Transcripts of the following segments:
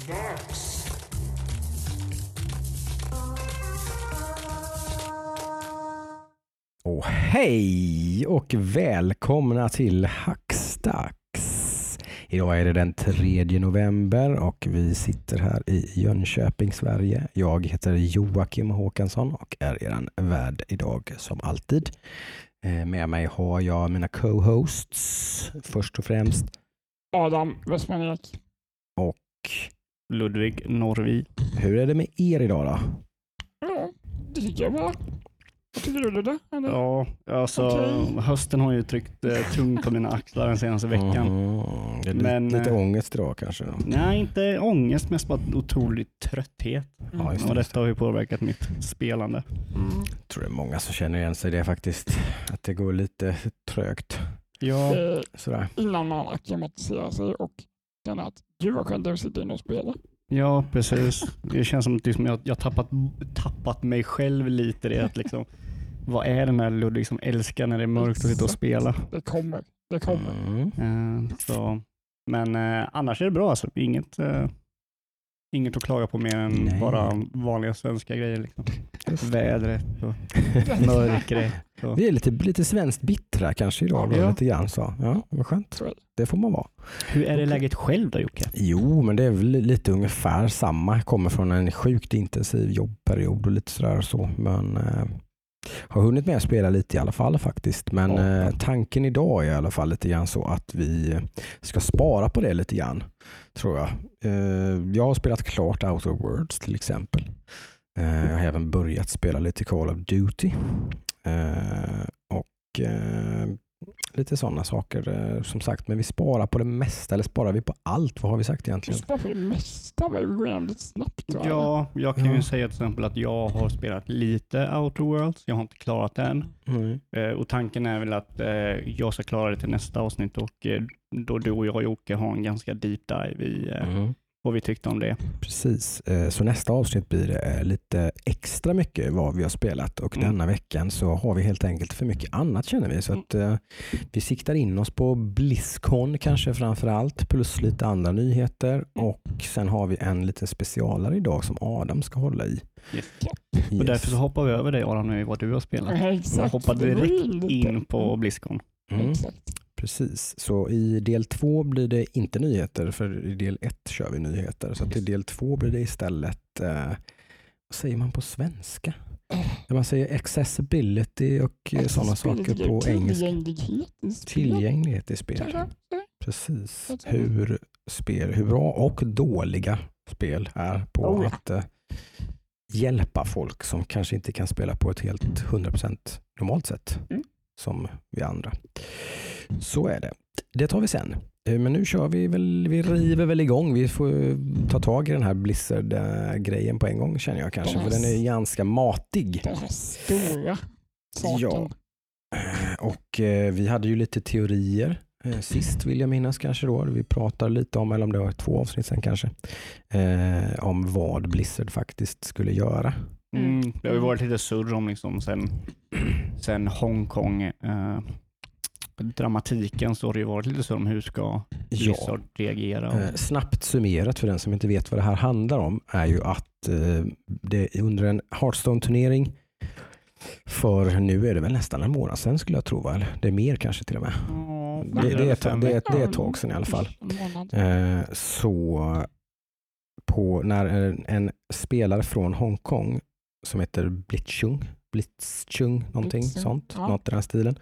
dags. Och hej och välkomna till Hackstacks. Idag är det den 3 november och vi sitter här i Jönköping, Sverige. Jag heter Joakim Håkansson och är eran värd idag som alltid. Med mig har jag mina co-hosts först och främst. Adam Westmanek. Och Ludvig Norvi. hur är det med er idag då? Ja, det tycker jag var. Vad tycker du det? Eller? Ja, alltså Okej. hösten har ju tryckt tungt på mina axlar den senaste veckan. Det är Men, lite ångest idag kanske då. Nej, inte ångest, mest bara otrolig trötthet. Ja, just Och det. detta har ju påverkat mitt spelande. Jag tror det är många som känner igen sig i det faktiskt. Att det går lite trögt. Ja, Sådär. Innan man akklimatiserar sig och känner att gud vad skönt att sitta inne och spela. ja, precis. Det känns som att jag tappat mig själv lite i det. Att liksom, vad är den här Ludvig som älskar när det är mörkt och sitta och spela? Det kommer. Men annars är det bra. Alltså. Inget att klaga på mer än Nej. bara vanliga svenska grejer. Liksom. Vädret och mörkret. Och. Vi är lite svenskt bittra kanske idag. Ja. Lite grann så. Ja, vad skönt. Så är det. Det får man vara. Hur är det läget själv då, Jocke? Jo, men det är väl lite ungefär samma. Kommer från en sjukt intensiv jobbperiod och lite sådär så. Men har hunnit med att spela lite i alla fall faktiskt. Men tanken idag är i alla fall lite grann så att vi ska spara på det lite grann, tror jag. Jag har spelat klart Outer Worlds till exempel. Jag har även börjat spela lite Call of Duty. Och lite sådana saker som sagt. Men vi sparar på det mesta, eller sparar vi på allt? Vad har vi sagt egentligen? Just bara för det mesta var ju väldigt snabbt. Va? Ja, jag kan ju Ja. säga till exempel att jag har spelat lite Outer Worlds. Jag har inte klarat det än. Och tanken är väl att jag ska klara det till nästa avsnitt och då du och jag och Jocke har en ganska deep dive i vad vi tyckte om det. Precis, så nästa avsnitt blir det lite extra mycket vad vi har spelat och denna veckan så har vi helt enkelt för mycket annat känner vi. Så att vi siktar in oss på BlizzCon kanske framförallt plus lite andra nyheter och sen har vi en liten specialare idag som Adam ska hålla i. Yes. Yes. Och därför så hoppar vi över dig Adam nu i vad du har spelat. Ja, Och exakt. hoppar Det var ju direkt lite- in på BlizzCon. Exakt. Precis, så i del 2 blir det inte nyheter för i del 1 kör vi nyheter. Så att i del 2 blir det istället, vad säger man på svenska? Man säger accessibility och sådana saker på engelska. Tillgänglighet i spel. Tillgänglighet i spel. Kanske. Precis, hur bra och dåliga spel är på att hjälpa folk som kanske inte kan spela på ett helt 100% normalt sätt som vi andra. Så är det. Det tar vi sen. Men nu kör vi river väl igång. Vi får ta tag i den här Blizzard-grejen på en gång känner jag kanske. För den är ganska matig. Den här stora saken. Ja. Och vi hade ju lite teorier sist vill jag minnas kanske då. Vi pratade lite om, eller om det var 2 avsnitt sen kanske, om vad Blizzard faktiskt skulle göra. Det har ju varit lite surr om liksom sen Hongkong dramatiken, så har det ju varit lite så om hur ska Blizzard reagera. Snabbt summerat för den som inte vet vad det här handlar om är ju att det under en Hearthstone-turnering för nu är det väl nästan en månad sedan skulle jag tro, va? Eller det är mer kanske till och med. Det är ett tag sedan i alla fall. Så när en spelare från Hongkong som heter Blitzchung någonting sånt, något i den stilen.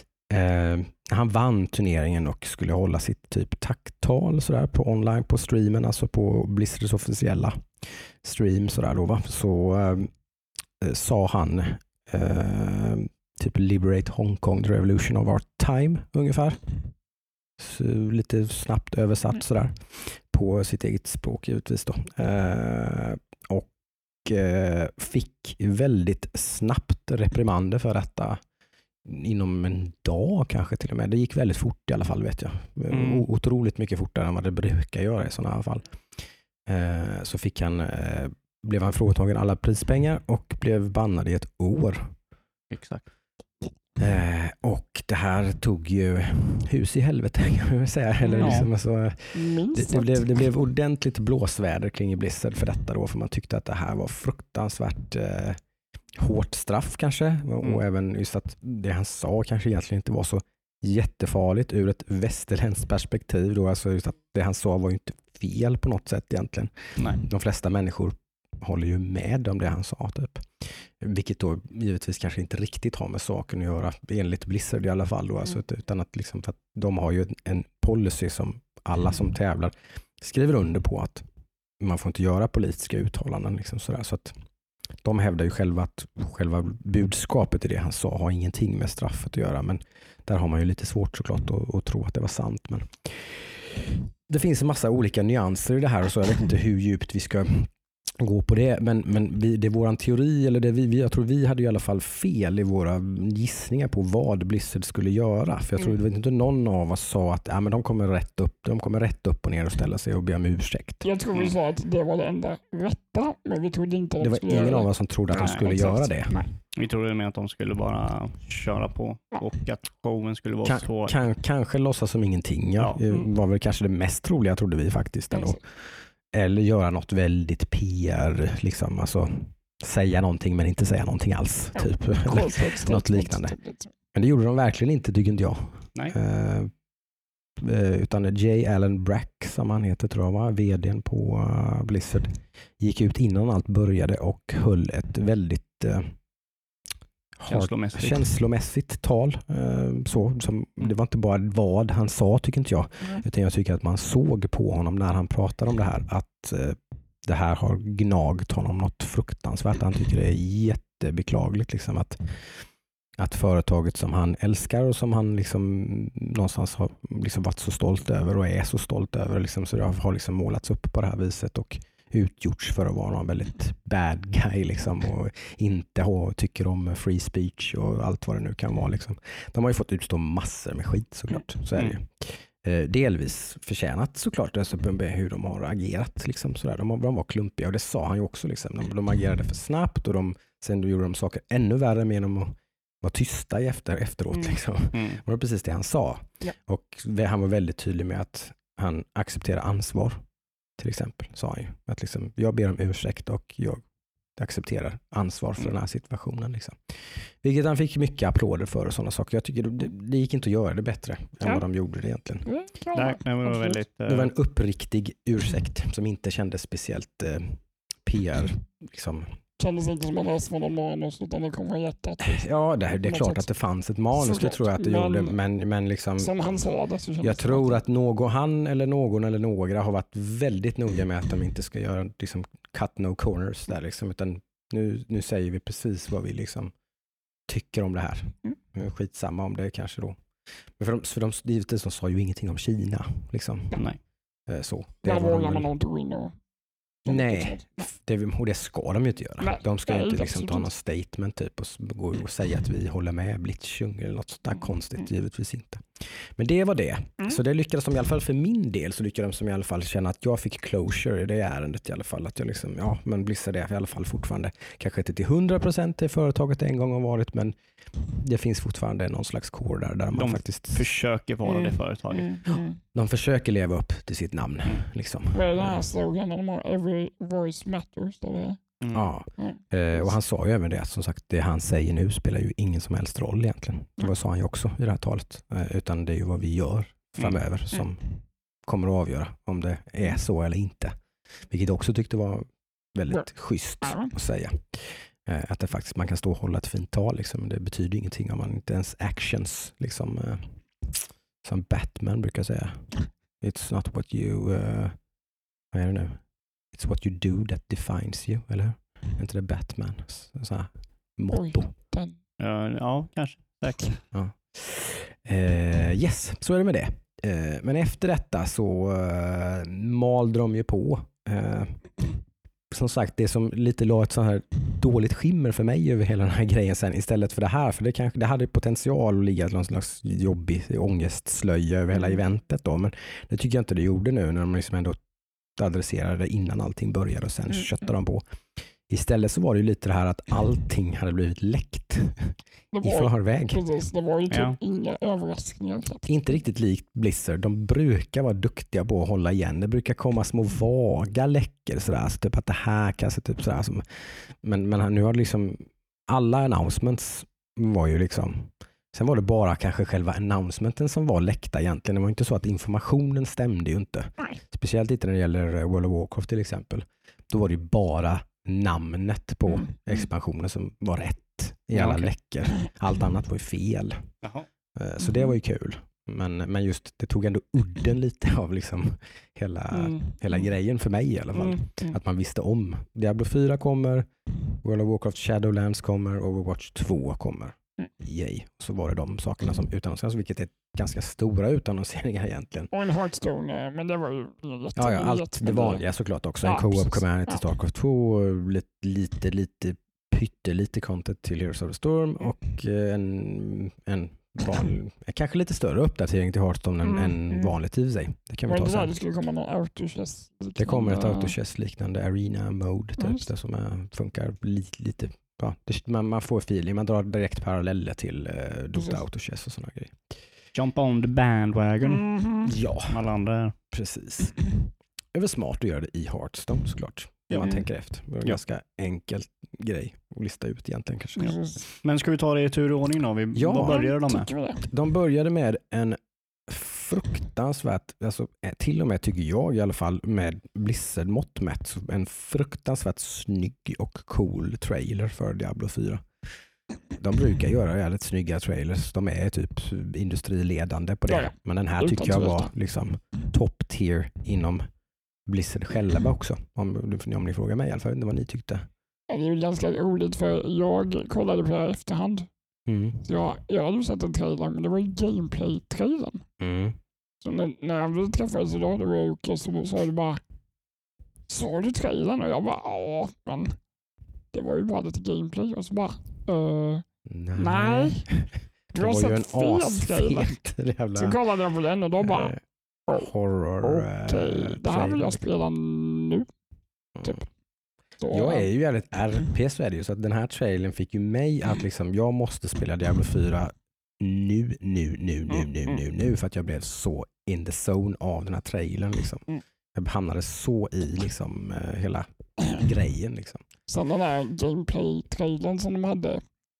Han vann turneringen och skulle hålla sitt typ tacktal sådär på online på streamen, alltså på Blizzards officiella stream sådär då, va? Så sa han typ Liberate Hong Kong, the revolution of our time ungefär. Så lite snabbt översatt sådär på sitt eget språk givetvis då. Och fick väldigt snabbt reprimander för detta inom en dag kanske till och med. Det gick väldigt fort i alla fall vet jag. Otroligt mycket fortare än vad det brukar göra i sådana fall. Så blev han fråntagen alla prispengar och blev bannad i ett år. Exakt. Och det här tog ju hus i helvete kan man säga. Eller liksom, alltså, det blev ordentligt blåsväder kring Blizzard för detta då, för man tyckte att det här var fruktansvärt hårt straff kanske, och även just att det han sa kanske egentligen inte var så jättefarligt ur ett västerländskt perspektiv då, alltså just att det han sa var ju inte fel på något sätt egentligen. Nej. De flesta människor håller ju med om det han sa typ. Vilket då givetvis kanske inte riktigt har med saken att göra, enligt Blizzard i alla fall då, alltså, utan att liksom, för att de har ju en policy som alla som tävlar skriver under på, att man får inte göra politiska uttalanden liksom sådär, så att de hävdar ju själva att själva budskapet i det han sa har ingenting med straffet att göra, men där har man ju lite svårt såklart att tro att det var sant. Men det finns en massa olika nyanser i det här, och så jag vet inte hur djupt vi ska gå på det, men det är våran teori, eller det jag tror vi hade i alla fall fel i våra gissningar på vad Blizzard skulle göra, för jag tror det var inte någon av oss sa att men de kommer rätt upp och ner och ställa sig och be om ursäkt. Jag tror vi sa att det var det enda rätta, men vi trodde inte att det var ingen av oss som trodde att de skulle göra det. Nej. Vi trodde med att de skulle bara köra på och att showen skulle vara så. Kanske låtsas som ingenting. Var väl kanske det mest troliga, trodde vi faktiskt ändå. Eller göra något väldigt PR, liksom, alltså säga någonting men inte säga någonting alls, typ. Något liknande. Men det gjorde de verkligen inte, tycker inte jag. Nej. Utan J. Allen Brack, som han heter tror jag, var vdn på Blizzard, gick ut innan allt började och höll ett väldigt känslomässigt tal. Det var inte bara vad han sa, tycker inte jag, utan jag tycker att man såg på honom när han pratade om det här, att det här har gnagt honom något fruktansvärt. Han tycker det är jättebeklagligt liksom, att företaget som han älskar och som han liksom någonstans har liksom varit så stolt över och är så stolt över liksom, så det har liksom målats upp på det här viset och utgjorts för att vara en väldigt bad guy liksom, och inte tycker om free speech och allt vad det nu kan vara liksom. De har ju fått utstå massor med skit såklart, så är det ju. Delvis förtjänat såklart, alltså, hur de har agerat liksom, sådär. De var klumpiga, och det sa han ju också liksom. De agerade för snabbt, och sen gjorde de saker ännu värre med dem och var tysta efteråt liksom. Det var precis det han sa. Och han var väldigt tydlig med att han accepterar ansvar. Till exempel sa han ju att liksom, jag ber om ursäkt och jag accepterar ansvar för den här situationen. Liksom. Vilket han fick mycket applåder för och sådana saker. Jag tycker det gick inte att göra det bättre än vad de gjorde det egentligen. Det var en uppriktig ursäkt som inte kändes speciellt PR. Liksom. Kändes inte som man läste från någon manus, utan det kom från hjärtat. Ja, det är klart att det fanns ett manus, det tror jag att det gjorde. Men liksom, som han sa det, så jag tror att han eller någon eller några har varit väldigt noga med att de inte ska göra liksom, cut no corners där liksom, utan nu säger vi precis vad vi liksom tycker om det här. Skitsamma om det kanske då. Men för de givetvis, de sa ju ingenting om Kina liksom. Nej. Så. Det vågar man inte gå in och... Nej, och det ska de ju inte göra. De ska inte liksom ta någon statement typ och gå och säga att vi håller med Blitzchung eller något sånt där konstigt, givetvis inte. Men det var det. Så det lyckades de i alla fall, för min del så lyckades de i alla fall känna att jag fick closure i det ärendet i alla fall. Att jag liksom, men Blizzard är i alla fall fortfarande, kanske inte till 100% det företaget en gång har varit, men det finns fortfarande någon slags core där man faktiskt försöker vara det företaget. De försöker leva upp till sitt namn. Liksom. Vad är det här sloganen om every voice matters? Ja, och han sa ju även det att som sagt, det han säger nu spelar ju ingen som helst roll egentligen. Det sa han ju också i det här talet. Utan det är ju vad vi gör framöver som kommer att avgöra om det är så eller inte. Vilket jag också tyckte var väldigt schysst att säga. Att det faktiskt, man kan stå och hålla ett fint tal liksom. Det betyder ingenting om man inte ens actions liksom, som Batman brukar säga. It's not what you vad är det nu? It's what you do that defines you, eller hur? Är inte det Batman? Så här motto. Ja, kanske. Säkert. Ja. Yes, så är det med det. Men efter detta så malde de ju på. Som sagt, det som lite la ett så här dåligt skimmer för mig över hela den här grejen sen, istället för det här, för det hade potential att ligga någon slags jobbig ångestslöja över hela eventet då, men det tycker jag inte det gjorde nu när de liksom ändå adresserade det innan allting började och sen köttade de på. Istället så var det ju lite det här att allting hade blivit läckt i förväg. Precis, det var ju typ inga överraskningar. Inte riktigt likt Blizzard. De brukar vara duktiga på att hålla igen. Det brukar komma små vaga läckor sådär. Så typ att det här kan se typ sådär. Men nu har det liksom alla announcements var ju liksom. Sen var det bara kanske själva announcementen som var läckta egentligen. Det var inte så att informationen stämde ju inte. Nej. Speciellt inte när det gäller World of Warcraft till exempel. Då var det ju bara namnet på expansionen som var rätt i alla läckor. Allt annat var ju fel. Jaha. Så det var ju kul. Men just det tog ändå udden lite av liksom hela grejen för mig i alla fall. Att man visste om. Diablo 4 kommer, World of Warcraft Shadowlands kommer och Overwatch 2 kommer. Yay. Så var det de sakerna som utannonserades, vilket är ganska stora utannonseringar egentligen. Och en Hearthstone, men det var ju allt det vanliga såklart också. En co-op command till StarCraft 2, lite pyttelite content till Heroes of the Storm och en kanske lite större uppdatering till Hearthstone än vanligt i sig. Det kan vi ta sen. Det skulle komma någon autochess. Det kommer ett autochess liknande arena mode typ, det som funkar lite. Ja, man får feeling, man drar direkt paralleller till Dota autochess och sådana grejer. Jump on the bandwagon. Ja, alla andra. Precis. Det är väl smart att göra det i Hearthstone såklart. Om man tänker efter. Det är en ganska enkel grej att lista ut egentligen kanske. Men ska vi ta det i turordning då? Vad började de med? De började med en fruktansvärt, alltså till och med tycker jag i alla fall med Blizzard mått mätt, en fruktansvärt snygg och cool trailer för Diablo 4. De brukar göra jävligt snygga trailers. De är typ industriledande på det. Men den här tycker jag var liksom top tier inom Blizzard själva också. Om ni frågar mig i alla fall, inte vad ni tyckte. Det är ju ganska roligt för jag kollade på det här i efterhand. Så jag hade ju sett en trailer, men det var ju gameplay-trailern. Så när vi träffades idag, då var jag Jocke, så sa du bara, såg du trailern? Och jag bara, ja, men det var ju bara lite gameplay. Och så bara, nej. Du har sett fel trailer. Så kollade jag på den och då bara, okej, det här vill jag spela nu. Typ. Jag är ju jävligt RP, så är det ju. Så att den här trailern fick ju mig att liksom, jag måste spela Diablo 4 nu för att jag blev så in the zone av den här trailern liksom. Jag hamnade så i liksom hela grejen liksom. Sen den här gameplay-trailern som de hade,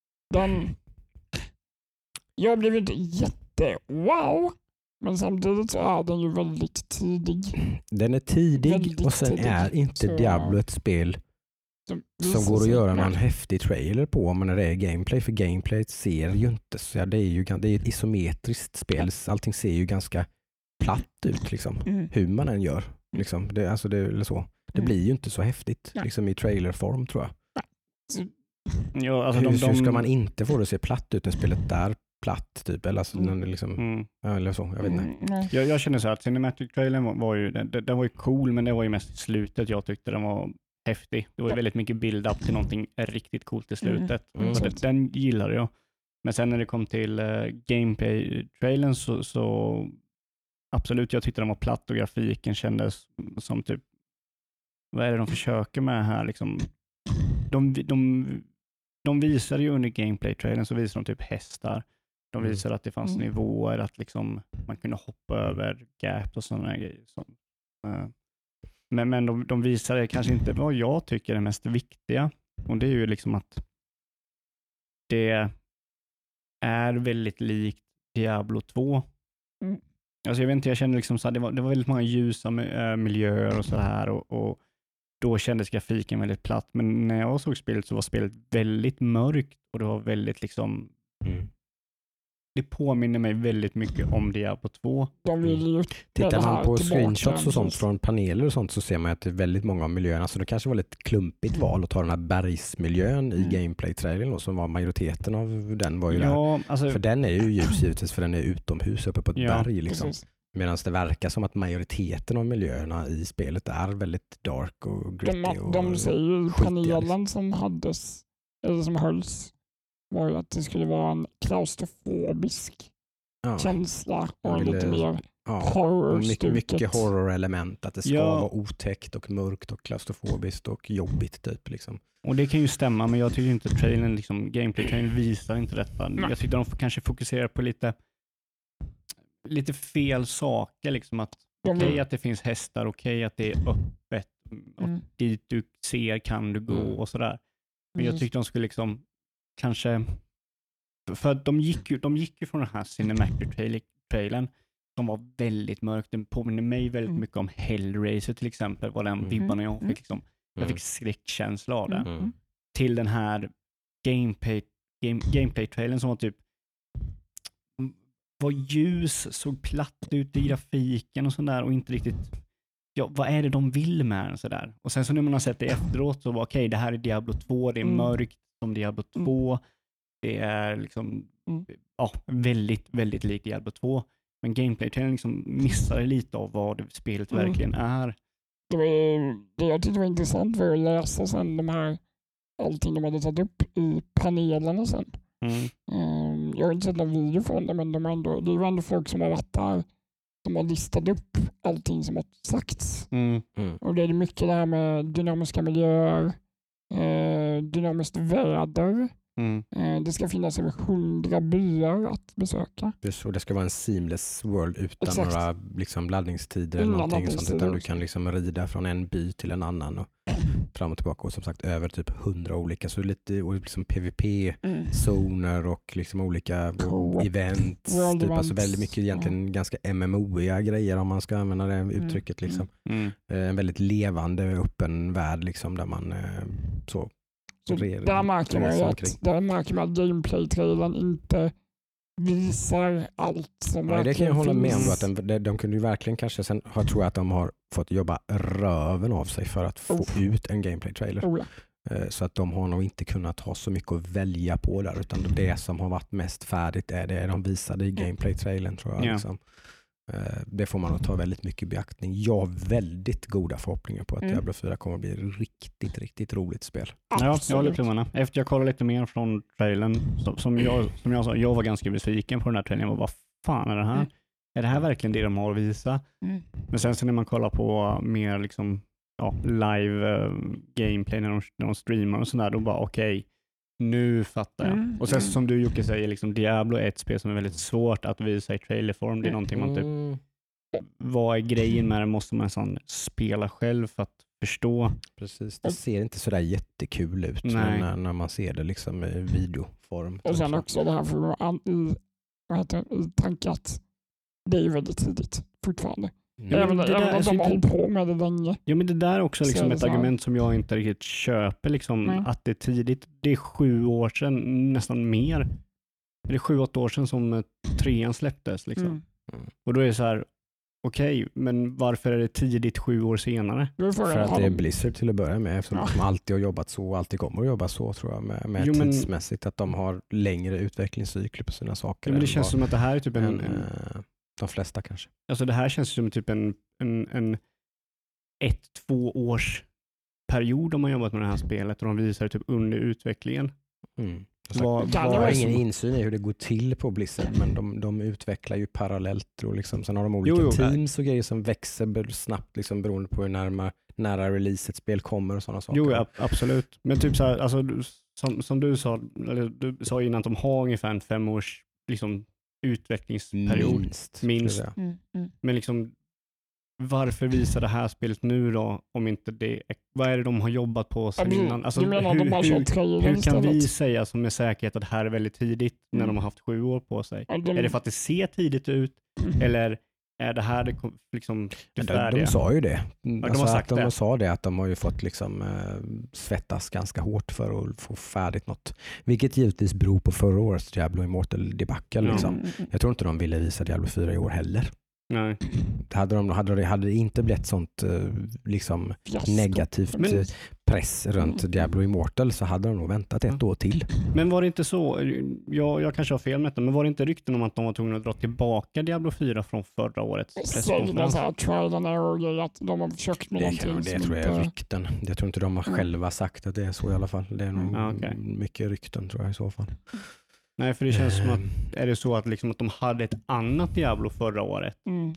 jag blev inte wow, men samtidigt så är den ju väldigt tidig. Den är tidig och sen är inte Diablo ett spel som går att göra någon häftig trailer på när det är gameplay, för gameplay ser ju inte så det är ett isometriskt spel. Allting ser ju ganska platt ut liksom. Hur man än gör liksom. Det blir ju inte så häftigt liksom i trailerform tror jag. Ja, alltså hur ska man inte få det att se platt ut när spelet är platt typ eller alltså, liksom, eller så, jag vet inte. Jag känner så här att Cinematic-trailern var ju den var ju cool, men det var ju mest i slutet jag tyckte den var häftig. Det var ju väldigt mycket build-up till någonting riktigt coolt i slutet. Den gillade jag. Men sen när det kom till gameplay-trailern så absolut, jag tyckte den var platt och grafiken kändes som typ, vad är det de försöker med här liksom? De visade ju under gameplay-trailern så visade de typ hästar. De visade att det fanns nivåer, att liksom man kunde hoppa över gap och sådana grejer. Men de visade kanske inte vad jag tycker är mest viktiga. Och det är ju liksom att det är väldigt likt Diablo 2. Alltså jag vet inte, jag kände liksom så här, det var väldigt många ljusa miljöer och så här och då kändes grafiken väldigt platt. Men när jag såg spelet så var spelet väldigt mörkt och det var väldigt liksom det påminner mig väldigt mycket om Diablo 2. Tittar man på screenshots och sånt från paneler och sånt så ser man att det är väldigt många av miljöerna, så det kanske var lite klumpigt val att ta den här bergsmiljön i gameplay-trailern som var majoriteten av den var ju där. Alltså, för den är ju ljus givetvis för den är utomhus uppe på ett berg liksom. Medan det verkar som att majoriteten av miljöerna i spelet är väldigt dark och gritty. De säger ju panelen som hades, eller som hölls, var ju att det skulle vara en klaustrofobisk känsla och lite mer mycket horror-element. Att det ska vara otäckt och mörkt och klaustrofobiskt och jobbigt typ. Liksom. Och det kan ju stämma, men jag tycker inte trailern, liksom, gameplay-trailern visar inte detta. Jag tycker de får kanske fokusera på lite fel saker. Liksom att okej att det finns hästar, okej att det är öppet. Och dit du ser kan du gå och sådär. Men jag tyckte de skulle liksom kanske... För att de gick ju från den här cinematic-trailern som var väldigt mörk. Den påminner mig väldigt mycket om Hellraiser till exempel. Var den vibbarna jag fick. Liksom, jag fick skräckkänsla av det. Till den här gameplay-trailern som var typ var ljus, såg platt ut i grafiken och sådär och inte riktigt vad är det de vill med den sådär. Och sen så när man har sett det efteråt så var okej, det här är Diablo 2, det är mörkt som Diablo 2. Det är liksom väldigt, väldigt likt Diablo 2. Men gameplay-trailern liksom missade lite av vad spelet verkligen är. Det jag tyckte var intressant var att läsa sen allting de hade tagit upp i panelerna sen. Jag har inte sett någon video från det, men det är ju ändå folk som har varit där som har listat upp allting som har sagts. Och det är mycket det här med dynamiska miljöer, dynamiskt väder. Det ska finnas över 100 byar att besöka. Och det ska vara en seamless world utan några liksom laddningstider eller någonting sånt, utan du kan liksom rida från en by till en annan och fram och tillbaka och som sagt över typ 100 olika, så lite och liksom PvP-zoner och liksom olika events, typ, alltså väldigt mycket egentligen ganska MMO-iga grejer om man ska använda det uttrycket liksom. En väldigt levande öppen värld liksom där man så där märker man att gameplay-trailern inte visar allt som verkligen det kan jag hålla med om. Att de kunde ju verkligen kanske, sen tror jag att de har fått jobba röven av sig för att få ut en gameplay-trailer. Så att de har nog inte kunnat ha så mycket att välja på där, utan det som har varit mest färdigt är det de visade i gameplay-trailern tror jag. Liksom. Det får man nog ta väldigt mycket i beaktning. Jag har väldigt goda förhoppningar på att Diablo 4 kommer att bli riktigt, riktigt roligt spel. Ja, jag håller tummarna. Efter jag kollade lite mer från trailern, som jag sa, jag var ganska besviken på den här trailern. Vad fan är det här? Är det här verkligen det de har att visa? Men sen så när man kollar på mer liksom, live gameplay när de streamar och sådär, då bara okej, nu fattar jag. Och sen som du Jocke säger, liksom, Diablo är ett spel som är väldigt svårt att visa i trailerform. Det är någonting man typ, vad är grejen med det? Måste man spela själv för att förstå. Precis, det ser inte sådär jättekul ut när man ser det liksom i videoform. Och sen också det här i tanke att det är väldigt tidigt fortfarande. Även om de har hållit på med det länge. Ja, men det där är också liksom ett argument som jag inte riktigt köper. Liksom, att det är tidigt. Det är 7 år sedan, nästan mer. Det är 7-8 år sedan som 3:an släpptes. Liksom. Och då är det så här, okej, men varför är det tidigt 7 år senare? För att det är Blizzard till att börja med, eftersom de alltid har jobbat så och alltid kommer att jobba så tror jag med tidsmässigt, att de har längre utvecklingscykler på sina saker. Ja, men det känns som att det här är typ de flesta kanske. Alltså det här känns som typ en 1-2 års period om man jobbat med det här spelet och de visar typ under utvecklingen. Jag har ingen insyn i hur det går till på Blizzard, men de utvecklar ju parallellt och liksom, sen har de olika teams och grejer som växer snabbt liksom, beroende på hur nära release ett spel kommer och sådana saker. Jo, absolut. Men typ så här, alltså, som du sa, eller du sa innan att de har ungefär en 5 års liksom, utvecklingsperiod. Minst. Men liksom, varför visar det här spelet nu då, om inte det vad är det de har jobbat på sen innan? Alltså, hur kan vi säga som med säkerhet att det här är väldigt tidigt när de har haft 7 år på sig? Är det för att det ser tidigt ut? Eller är det här liksom det färdiga? De sa ju det. De sa det att de har ju fått liksom svettas ganska hårt för att få färdigt något. Vilket givetvis beror på förra årets Diablo Immortal debacle. Liksom. Jag tror inte de ville visa Diablo 4 i år heller. Nej. Hade det inte blivit sånt liksom negativt press runt Diablo Immortal, så hade de nog väntat ett år till. Men var det inte så, jag kanske har fel med det, men var det inte rykten om att de var tvungna att dra tillbaka Diablo 4 från förra åårets presskonferens? Att de har försökt med någonting. Det tror jag är rykten. Jag tror inte de har själva sagt att det är så i alla fall. Det är nog mycket rykten tror jag i så fall. Nej, för det känns som att är det så att, liksom, att de hade ett annat Diablo förra året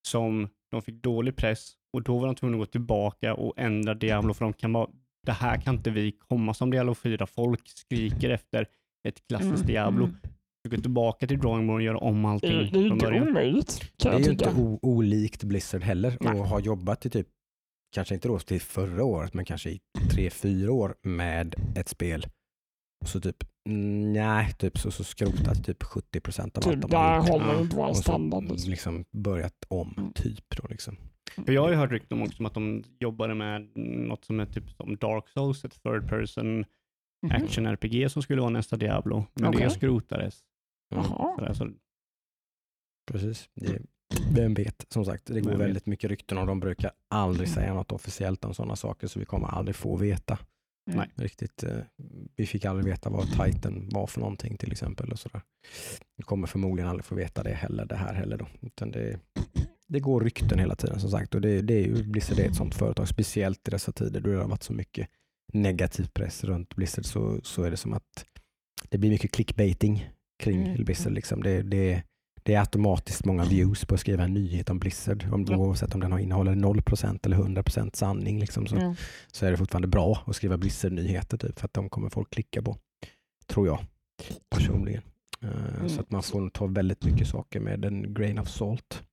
som de fick dålig press och då var de tvungna att gå tillbaka och ändra Diablo för det här kan inte vi komma som Diablo 4. Folk skriker efter ett klassiskt Diablo. Gå tillbaka till drawing board och göra om allting. Det är inte omöjligt. Det är ju inte olikt Blizzard heller och har jobbat i typ, kanske inte då till förra året, men kanske i 3-4 år med ett spel. Så typ, så skrotat typ 70% av allt de har gjort. håller inte vara standard. Och så liksom börjat om typ då liksom. För jag har ju hört rykten om också att de jobbade med något som är typ som Dark Souls, ett third person action RPG som skulle vara nästa Diablo. Men det skrotades. Så. Precis. Vem vet, som sagt. Det går väldigt mycket rykten och de brukar aldrig säga något officiellt om sådana saker, så vi kommer aldrig få veta. Nej. Riktigt. Vi fick aldrig veta vad Titan var för någonting till exempel. Och sådär. Vi kommer förmodligen aldrig få veta det heller då. Utan det går rykten hela tiden som sagt. Och det är ju Blizzard är ett sånt företag, speciellt i dessa tider då det har varit så mycket negativ press runt Blizzard, så är det som att det blir mycket clickbaiting kring Blizzard. Liksom. Det är automatiskt många views på att skriva en nyhet om Blizzard. Oavsett om den innehåller 0% eller 100% sanning. Liksom, så är det fortfarande bra att skriva Blizzard-nyheter typ, för att de kommer folk klicka på. Tror jag personligen. Så att man får ta väldigt mycket saker med en grain of salt.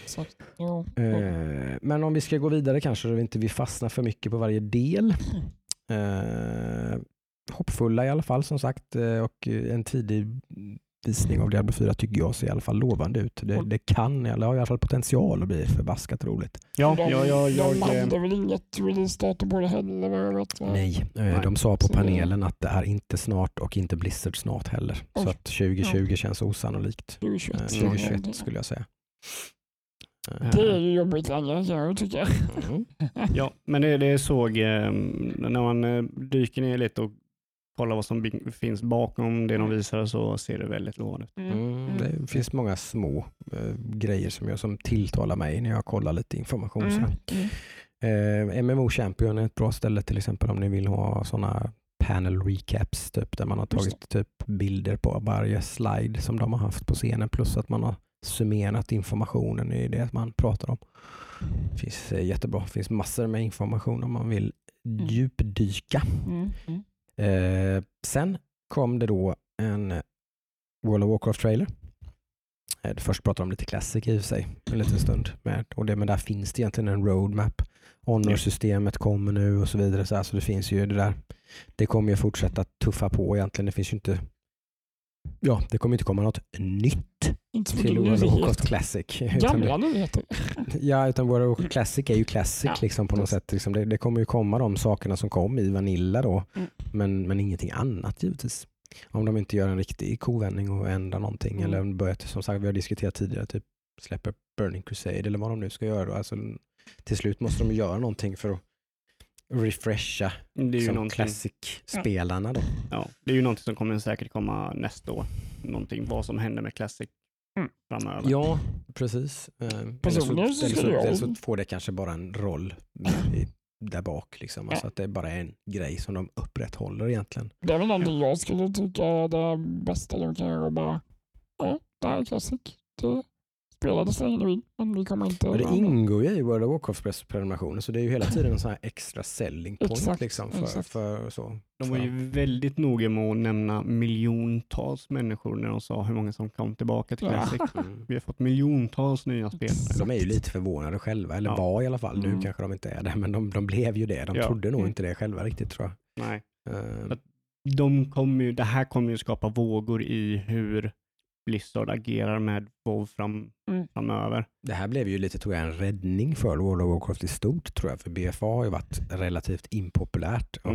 Men om vi ska gå vidare kanske så vi inte fastnar för mycket på varje del. Hoppfulla i alla fall som sagt, och en tidig visning av Diablo 4 tycker jag ser i alla fall lovande ut. Det kan, eller har i alla fall potential att bli förbaskat roligt. De hade väl inget release-datum på det heller? Nej, de sa på panelen att det är inte snart och inte Blizzard snart heller. Så att 2020 känns osannolikt. 2021 skulle jag säga. Det är ju jobbigt jag tycker jag. Ja, men det såg när man dyker ner lite och kollar vad som finns bakom det de visar, så ser det väldigt lovande ut. Det finns många små grejer som tilltalar mig när jag kollar lite information. MMO Champion är ett bra ställe till exempel om ni vill ha sådana panel recaps typ, där man har tagit typ bilder på varje slide som de har haft på scenen, plus att man har summerat informationen i det man pratar om. Det finns jättebra. Det finns massor med information om man vill djupdyka. Sen kom det då en World of Warcraft-trailer. Först pratade de lite Classic i sig en liten stund. Men där finns det egentligen en roadmap. Honor-systemet kommer nu och så vidare. Så alltså det finns ju det där. Det kommer ju fortsätta tuffa på egentligen. Det finns ju inte... Ja, det kommer inte komma något nytt till World of Warcraft Classic. Gamla nyheter. Ja, utan World of Warcraft Classic är ju Classic liksom på något sätt. Liksom det kommer ju komma de sakerna som kom i Vanilla då. Men ingenting annat givetvis. Om de inte gör en riktig kovändning och ändrar någonting. Eller börjar, som sagt, vi har diskuterat tidigare, typ släpper Burning Crusade eller vad de nu ska göra. Alltså, till slut måste de göra någonting för att refresha som Classic-spelarna då. Ja, det är ju någonting som kommer säkert komma nästa år. Någonting, vad som händer med Classic framöver. Ja, precis. Eller så får det kanske bara en roll där bak. Liksom. Alltså att det är bara en grej som de upprätthåller egentligen. Det är väl någonting jag skulle tycka är det bästa de kan göra. Bara, det här är Classic. Det spelade sig nu, men vi kommer inte... Men det ingår ju i World of Warcraft prenumerationen, så det är ju hela tiden en sån här extra selling point. Exakt, liksom, för så. De var ju väldigt noga med att nämna miljontals människor när de sa hur många som kom tillbaka till Classic. Vi har fått miljontals nya spel. De är ju lite förvånade själva, eller var i alla fall. Nu kanske de inte är det, men de blev ju det. De trodde nog inte det själva riktigt, tror jag. Nej. Det här kommer ju skapa vågor i hur Blizzard agerar med WoW framöver. Det här blev ju lite, tror jag, en räddning för World of Warcraft i stort, tror jag. För BFA har ju varit relativt impopulärt och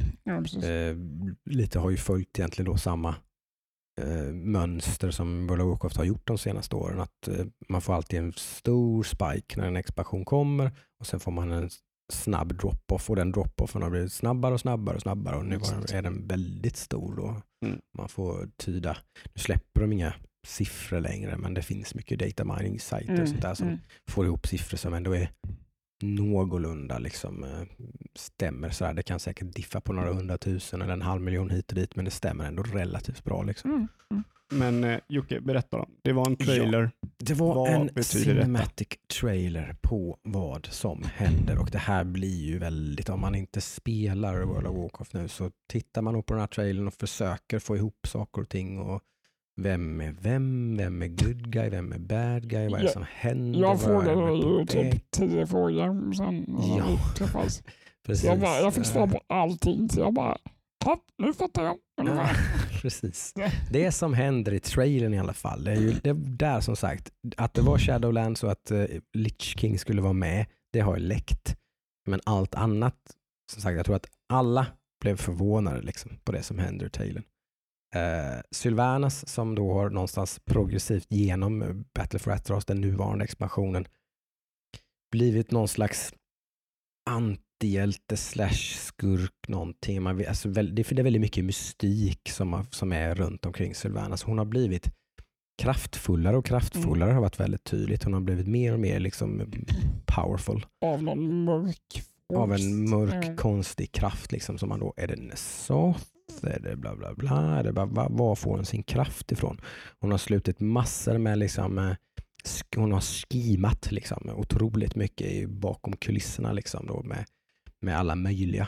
lite har ju följt egentligen då samma mönster som World of Warcraft har gjort de senaste åren. Att man får alltid en stor spike när en expansion kommer och sen får man en snabb drop-off, och den drop-offen har blivit snabbare och nu är den väldigt stor då. Man får tyda. Nu släpper de inga siffror längre, men det finns mycket data mining sajter och sånt där som får ihop siffror som ändå är någorlunda liksom stämmer så där. Det kan säkert diffa på några 100 000 eller 500 000 hit och dit, men det stämmer ändå relativt bra liksom. Men Jocke, berätta då. Det var en trailer. Det var en cinematic trailer på vad som händer, och det här blir ju väldigt, om man inte spelar World of Warcraft nu så tittar man nog på den här trailern och försöker få ihop saker och ting, och vem är good guy, vem är bad guy, vad är det som händer? Jag frågade ju typ 10 frågor sen när vi träffas. Precis. Jag fick svar på allting, så jag bara, nu fattar jag. Precis. Det som händer i trailern i alla fall, det är ju det där, som sagt, att det var Shadowlands och att Lich King skulle vara med, det har ju läckt. Men allt annat, som sagt, jag tror att alla blev förvånade liksom, på det som händer i trailern. Sylvanas, som då har någonstans progressivt genom Battle for Azeroth, den nuvarande expansionen, blivit någon slags antihjälte / skurk någonting. Alltså, det är väldigt mycket mystik som är runt omkring Sylvanas. Hon har blivit kraftfullare och kraftfullare, har varit väldigt tydligt. Hun har blivit mer och mer liksom powerful. Av någon mörk av en mörk konstig kraft liksom, som man då, är det Nesoth, är det bla bla bla, är det bara, var får hon sin kraft ifrån? Hon har slutit massor med liksom, hon har skimat liksom otroligt mycket bakom kulisserna liksom då, med alla möjliga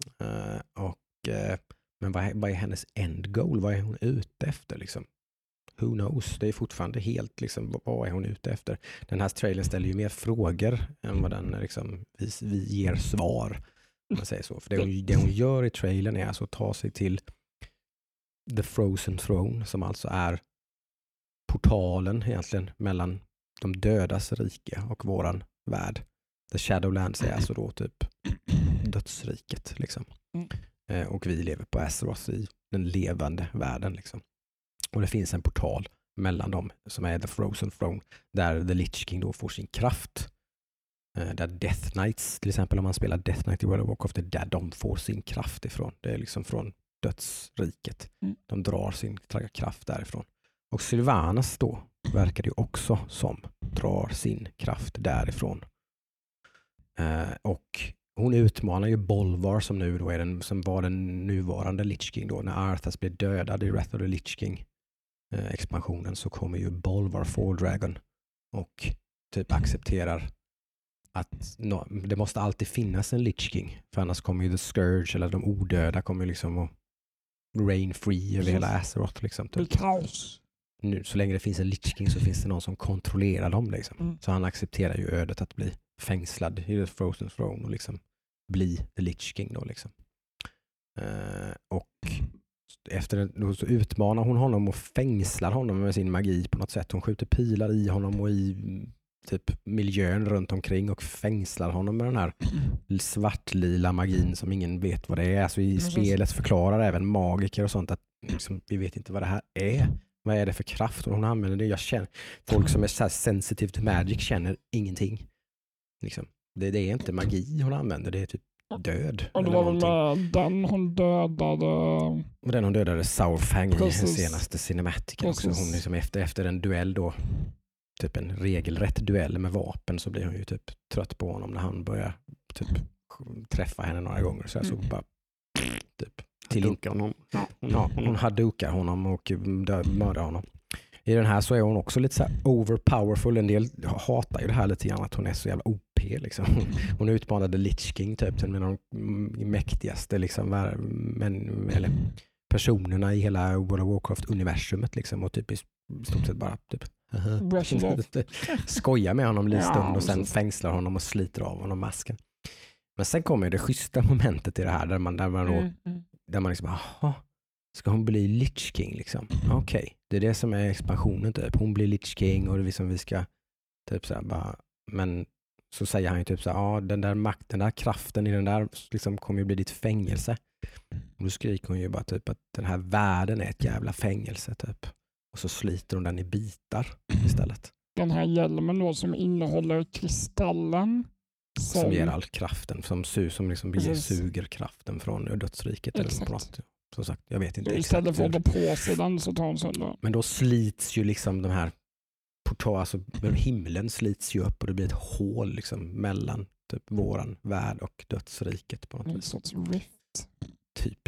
men vad är hennes end goal? Vad är hon ute efter liksom? Who knows? Det är fortfarande helt liksom, vad är hon ute efter? Den här trailern ställer ju mer frågor än vad den liksom, vi ger svar, om man säger så. För det hon gör i trailern är alltså att ta sig till The Frozen Throne, som alltså är portalen egentligen mellan de dödas rike och våran värld. The Shadowlands är alltså då typ dödsriket liksom. Och vi lever på Azeroth i den levande världen liksom. Och det finns en portal mellan dem som är The Frozen Throne, där The Lich King då får sin kraft. Där Death Knights, till exempel om man spelar Death Knight i World of Warcraft, det är där de får sin kraft ifrån. Det är liksom från dödsriket. De drar sin kraft därifrån. Och Sylvanas då verkar det också som drar sin kraft därifrån. Och hon utmanar ju Bolvar, som nu då är som var den nuvarande Lich King då. När Arthas blir dödad i Wrath of the Lich King expansionen, så kommer ju Bolvar Fall Dragon och typ accepterar att det måste alltid finnas en Lich King, för annars kommer ju The Scourge eller de odöda kommer liksom att reign free över hela Azeroth liksom, typ. Nu, så länge det finns en Lich King så finns det någon som kontrollerar dem liksom. Så han accepterar ju ödet att bli fängslad i The Frozen Throne och liksom bli The Lich King då liksom. Och efter då så utmanar hon honom och fängslar honom med sin magi på något sätt. Hon skjuter pilar i honom och i typ miljön runt omkring och fängslar honom med den här svartlila magin som ingen vet vad det är. Alltså i spelet förklarar även magiker och sånt att liksom, vi vet inte vad det här är. Vad är det för kraft? Och hon använder det. Jag känner, folk som är så här sensitive to magic känner ingenting. Liksom. Det är inte magi hon använder, det är typ död. Och det var väl den hon dödade... Och den hon dödade Saurfang i den senaste cinematiken också. Hon liksom efter en duell då, typ en regelrätt duell med vapen, så blir hon ju typ trött på honom när han börjar typ träffa henne några gånger. Så jag såg bara typ Hadouka honom. Hon hadukar honom och mördar honom. I den här så är hon också lite så här overpowerful. En del hatar ju det här lite grann, att hon är så jävla OP liksom. Hon utmanade Lich King typ till de mäktigaste liksom, eller personerna i hela World of Warcraft-universumet liksom, och typ i stort sett bara typ skojar med honom lite stund och sen fängslar honom och sliter av honom masken. Men sen kommer det schyssta momentet i det här där man liksom, aha, ska hon bli Lich King liksom? Okej. Det är det som är expansionen typ. Hon blir Lich King och det är liksom vi ska typ så här bara, men så säger han ju typ så här, ja, den där makten, den där kraften i den där liksom kommer ju bli ditt fängelse. Och då skriker hon ju bara typ att den här världen är ett jävla fängelse typ. Och så sliter hon den i bitar istället. Den här hjälmen då som innehåller kristallen. Som ger all kraften, som liksom suger kraften från dödsriket. Eller något. Som sagt, jag vet inte exakt. Istället för att på sig den så tar hon sönder. Men då slits ju liksom de här alltså himlen slits ju upp och det blir ett hål liksom mellan typ våran värld och dödsriket på något vis. En sorts rift. Typ.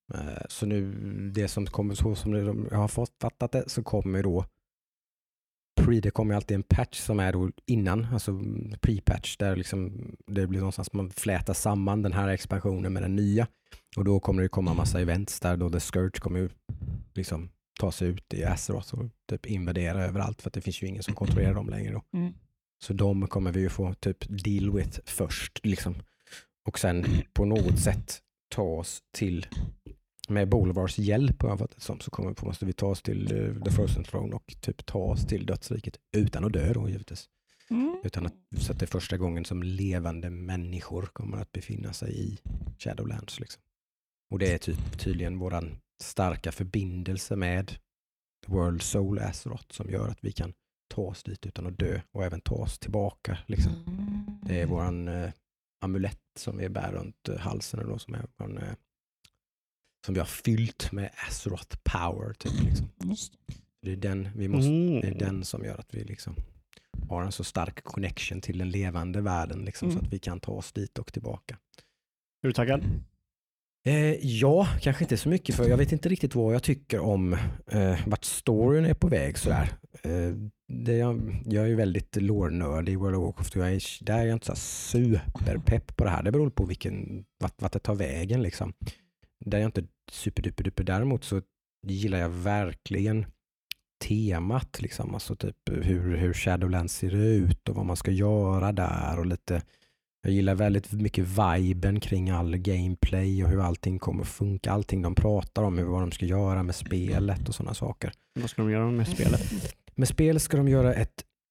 Så nu, det som kommer, så som jag har fått fattat det, så kommer då det kommer alltid en patch som är då innan, alltså pre-patch, där liksom det blir någonstans man flätar samman den här expansionen med den nya. Och då kommer det komma massa events där då The Scourge kommer ju liksom ta sig ut i Azeroth och typ invadera överallt, för att det finns ju ingen som kontrollerar dem längre då. Så de kommer vi ju få typ deal with först liksom. Och sen på något sätt ta oss till, med Bolivars hjälp så måste vi ta oss till The Frozen Throne och typ ta oss till dödsriket utan att dö då givetvis. Utan att, så att det är första gången som levande människor kommer att befinna sig i Shadowlands liksom. Och det är tydligen våran starka förbindelse med The World Soul Azeroth som gör att vi kan ta oss dit utan att dö och även ta oss tillbaka liksom. Det är våran amulett som vi bär runt halsen då, som är som vi har fyllt med Azeroth power typ liksom. Det är den som gör att vi liksom har en så stark connection till den levande världen liksom, så att vi kan ta oss dit och tillbaka. Är du taggad? Ja, kanske inte så mycket, för jag vet inte riktigt vad jag tycker om vart storyn är på väg sådär. Jag är ju väldigt lore-nördig i World of Warcraft och där är jag inte så superpepp på det här. Det beror på vart det tar vägen liksom. Där är jag inte superduper. Däremot så gillar jag verkligen temat liksom, alltså typ hur Shadowlands ser ut och vad man ska göra där och lite. Jag gillar väldigt mycket viben kring all gameplay och hur allting kommer funka. Allting de pratar om, vad de ska göra med spelet och sådana saker. Vad ska de göra med spelet? Med spel ska de göra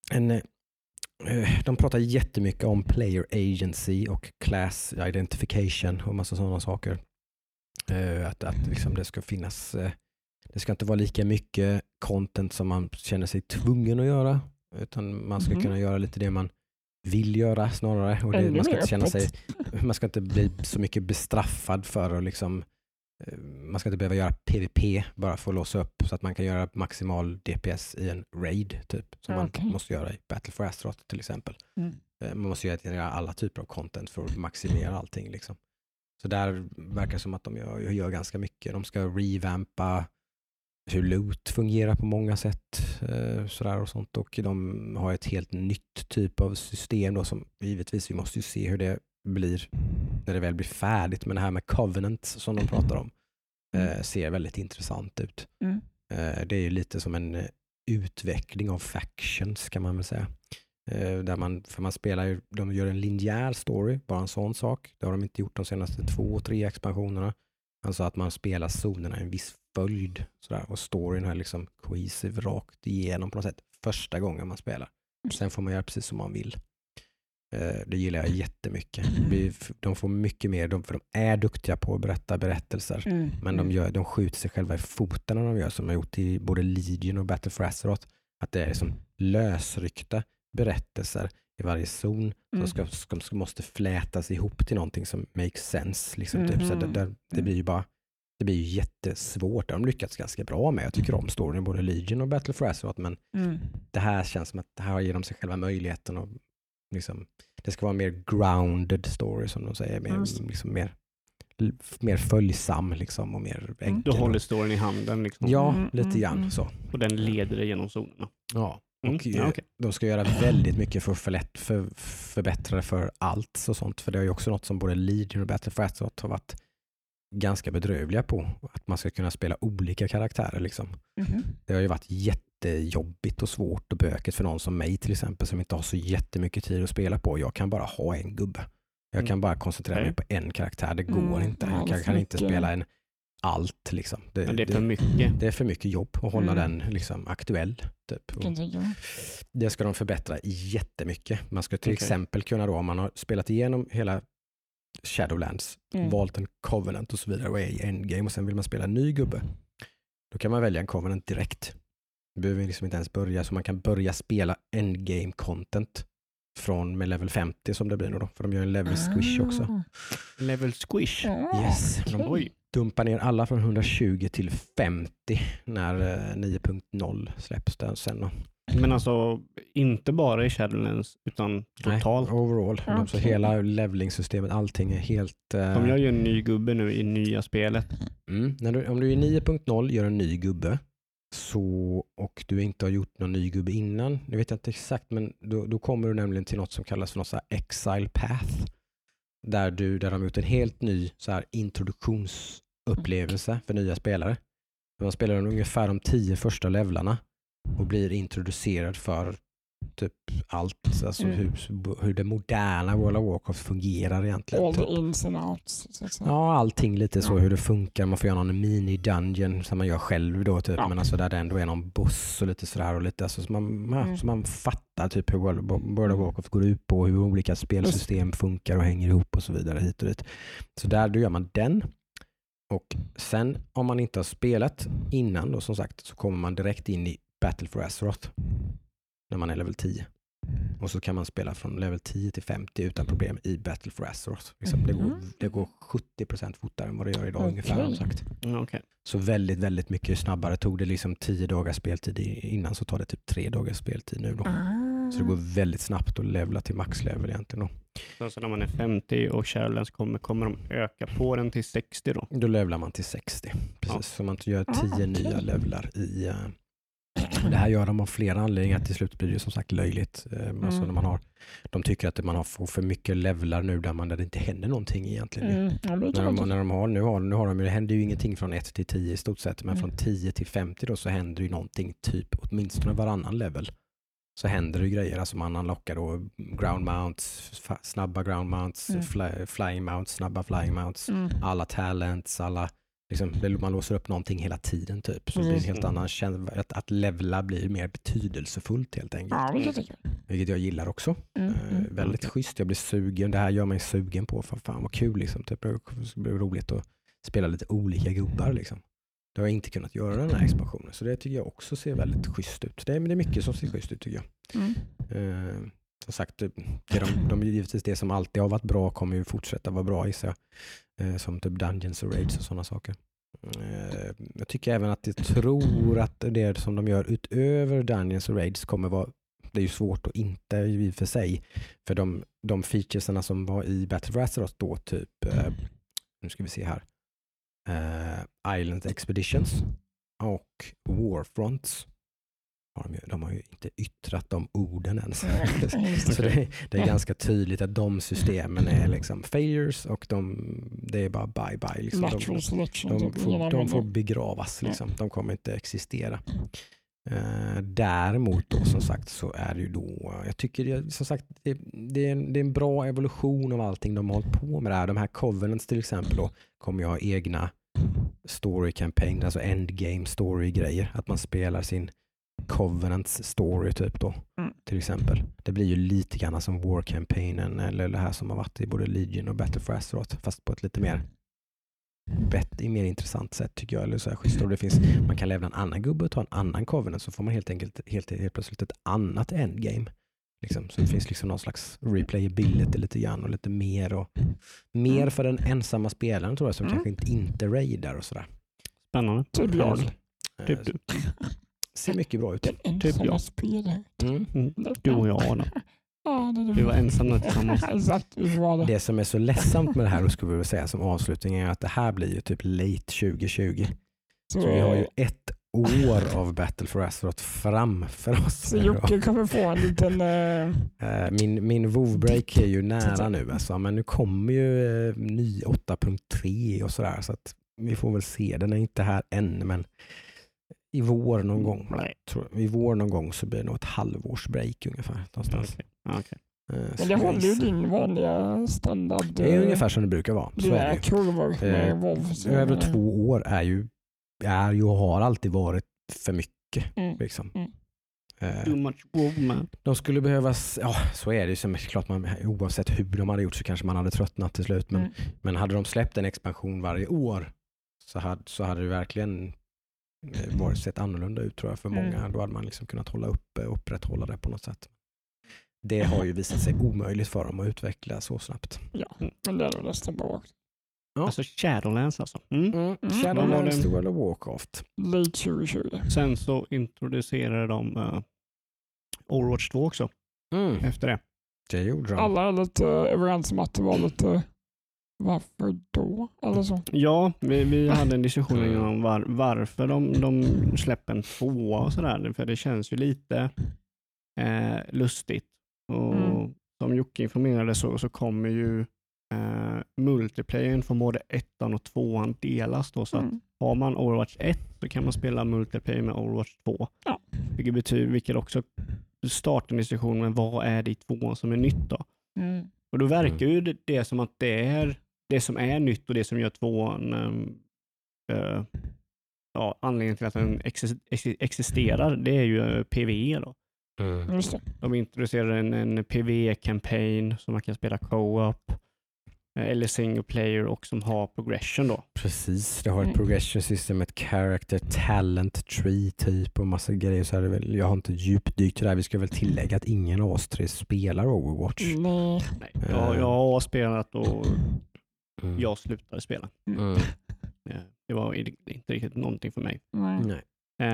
de pratar jättemycket om player agency och class identification och massa sådana saker. Att liksom det ska finnas, det ska inte vara lika mycket content som man känner sig tvungen att göra, utan man ska kunna göra lite det man vill göra snarare, och man ska inte bli så mycket bestraffad för att liksom, man ska inte behöva göra PvP bara för att låsa upp så att man kan göra maximal DPS i en raid typ, som man måste göra i Battle for Azeroth till exempel. Man måste göra alla typer av content för att maximera allting liksom. Så där verkar det som att de gör ganska mycket. De ska revampa hur loot fungerar på många sätt sådär och sånt, och de har ett helt nytt typ av system då, som givetvis vi måste ju se hur det blir när det väl blir färdigt, men det här med Covenant som de pratar om ser väldigt intressant ut. Det är ju lite som en utveckling av factions kan man väl säga. För man spelar ju, de gör en linjär story, bara en sån sak. Det har de inte gjort de senaste 2-3 expansionerna. Alltså att man spelar zonerna i en viss följd sådär, och storyn är liksom cohesive rakt igenom på något sätt första gången man spelar. Sen får man göra precis som man vill. Det gillar jag jättemycket. De får mycket mer, för de är duktiga på att berätta berättelser, men de skjuter sig själva i foten när de gör, som de har gjort i både Legion och Battle for Azeroth, att det är liksom lösryckta berättelser i varje zon som måste flätas ihop till någonting som makes sense liksom, typ. Så det blir ju jättesvårt. De har lyckats ganska bra med. Jag tycker om storyn både Legion och Battle for Azeroth, men det här känns som att det här ger dem sig själva möjligheten och liksom, det ska vara mer grounded story som de säger, liksom mer följsam liksom, och mer enkel. Du håller storyn i handen liksom. Ja, lite grann så. Och den leder dig genom zonerna. Ja. Och de ska göra väldigt mycket för att förbättra det för allt och sånt. För det är ju också något som både Legion och Battle for Azeroth har varit ganska bedrövliga på. Att man ska kunna spela olika karaktärer liksom. Det har ju varit jättejobbigt och svårt och bökigt för någon som mig till exempel, som inte har så jättemycket tid att spela på. Jag kan bara ha en gubbe. Jag kan bara koncentrera mig på en karaktär. Det går inte. Jag kan inte spela allt liksom. Det är för mycket. Det är för mycket jobb att hålla den liksom aktuell typ. Det ska de förbättra jättemycket. Man ska till exempel kunna då, om man har spelat igenom hela Shadowlands, valt en Covenant och så vidare och är i endgame och sen vill man spela en ny gubbe, då kan man välja en Covenant direkt. Du behöver liksom inte ens börja, så man kan börja spela endgame content med level 50 som det blir nu då, för de gör en level squish också. Level squish? Yes. De dumpar ner alla från 120 till 50 när 9.0 släpps där sen då. Men alltså inte bara i Shadowlands utan totalt? Nej, overall. Så hela levelingsystemet, allting är helt... De gör ju en ny gubbe nu i nya spelet. Om du är 9.0 gör en ny gubbe, och du inte har gjort någon ny gubbe innan, det vet jag inte exakt, men då kommer du nämligen till något som kallas för något så här Exile Path, där de har gjort en helt ny så här introduktionsupplevelse för nya spelare. Man spelar ungefär de 10 första levlarna och blir introducerad för typ allt, alltså hur det moderna World of Warcraft fungerar egentligen. All the ins and outs. Ja, allting lite så, hur det funkar. Man får göra någon mini-dungeon som man gör själv då typ, men alltså där det ändå är någon boss och lite sådär och lite, alltså, så man fattar typ hur World of Warcraft går ut på, hur olika spelsystem funkar och hänger ihop och så vidare hit och dit. Så där då gör man den. Och sen om man inte har spelat innan då, som sagt, så kommer man direkt in i Battle for Azeroth när man är level 10. Och så kan man spela från level 10 till 50 utan problem i Battle for Azeroth. Liksom, det går 70% fortare än vad det gör idag ungefär, som sagt. Okay. Så väldigt, väldigt mycket snabbare. Tog det liksom 10 dagars speltid innan, så tar det typ 3 dagars speltid nu då. Så det går väldigt snabbt att levla till maxlevel egentligen då. Så när man är 50 och Shadowlands kommer de öka på den till 60 då? Då levlar man till 60. Precis, så man gör 10 nya levlar i... Det här gör de av flera anledningar. Till slut blir det som sagt löjligt. Alltså när de tycker att man får för mycket levlar nu där det inte händer någonting egentligen. Nu har de, det händer ju ingenting från 1 till 10 i stort sett, men från 10 till 50 då så händer ju någonting typ åtminstone varannan level. Så händer det grejer, alltså man unlockar då ground mounts, snabba ground mounts, flying mounts, snabba flying mounts, alla talents, alla liksom, man låser upp någonting hela tiden typ. Så det blir en helt annan att levla blir mer betydelsefullt helt enkelt. Vilket jag gillar också. Väldigt schysst. Jag blir sugen. Det här gör mig sugen på. Fan vad kul liksom. Typ, det blir roligt att spela lite olika gubbar liksom. Det har jag inte kunnat göra den här expansionen. Så det tycker jag också ser väldigt schysst ut. Det är mycket som ser schysst ut tycker jag. Som sagt, givetvis det som alltid har varit bra kommer ju fortsätta vara bra, gissar jag. Som typ Dungeons och Raids och sådana saker. Jag tycker även att jag tror att det som de gör utöver Dungeons och Raids kommer vara, det är ju svårt att inte i för sig, för de featuresarna som var i Battle for Azeroth då typ, nu ska vi se här, Island Expeditions och Warfronts. De har ju inte yttrat de orden ens. Så det är ganska tydligt att de systemen är liksom failures och det är bara bye. Liksom. De får begravas. Liksom. De kommer inte existera. Däremot då, som sagt, så är det ju då, jag tycker som sagt det är en bra evolution av allting de har hållit på med det här. De här Covenants till exempel då kommer jag ha egna story campaign, alltså endgame story grejer, att man spelar sin Covenants story typ då, till exempel. Det blir ju lite grann som War-campaignen eller det här som har varit i både Legion och Battle for Azeroth, fast på ett lite mer intressant sätt tycker jag. Eller så här schysst. Och det finns, man kan lämna en annan gubbe och ta en annan Covenant, så får man helt plötsligt ett annat endgame. Liksom. Så det finns liksom någon slags replayability lite grann och lite mer och mer för den ensamma spelaren tror jag, som kanske inte raidar och sådär. Spännande. Typ jag. Typ du. Ser mycket bra ut. Typ jag. Du och jag då. Vi var ensamma tillsammans. Det som är så ledsamt med det här, och skulle vi säga som avslutning, är att det här blir ju typ late 2020. Så vi har ju 1 år av Battle for Azeroth framför oss. Så Jocke kommer få en liten... Min WoW-break är ju nära nu. Alltså. Men nu kommer ju ny 8.3 och sådär. Så att vi får väl se. Den är inte här än, men i vår någon gång. I vår någon gång så blir det nog ett halvårsbreak ungefär. Någonstans. Okay. Men det håller ju din vanliga standard. Det är ungefär som det brukar vara. Så är det kurvor med WoW. Över 2 år är ju och har alltid varit för mycket. Liksom. Too much WoW, man. De skulle behövas, ja så är det ju, som klart man, oavsett hur de hade gjort så kanske man hade tröttnat till slut. Men hade de släppt en expansion varje år så hade det verkligen sett annorlunda ut tror jag för många. Då hade man liksom kunnat upprätthålla det på något sätt. Det har ju visat sig omöjligt för dem att utveckla så snabbt. Ja, men det är nog nästan bra. Ja. Alltså Shadowlands alltså. Shadowlands till World of Warcraft. Late 2020. Sen så introducerade de Overwatch 2 också. Efter det. Det gjorde de. Alla är lite överens om att det var lite varför då? Eller så. Ja, vi hade en diskussion om varför de släpper en 2 och sådär. För det känns ju lite lustigt. Och som Jocke informerade så kommer ju multiplayern från både 1 och 2 delas då. Så att har man Overwatch 1 så kan man spela multiplayer med Overwatch 2. Ja. Vilket också startar en diskussion med vad är det i 2 som är nytt då. Och då verkar ju det som att det är det som är nytt och det som gör 2 anledningen till att den existerar, det är ju PvE då. Just det. De introducerar en PvE-campaign som man kan spela co-op eller single player och som har progression då. Precis, det har ett progression system, ett character talent tree typ och massa grejer. Så är det väl, jag har inte djupdykt i det här. Vi ska väl tillägga att ingen av oss 3 spelar Overwatch. Nej. Jag har spelat och jag slutade spela. Det var inte riktigt någonting för mig. Nej.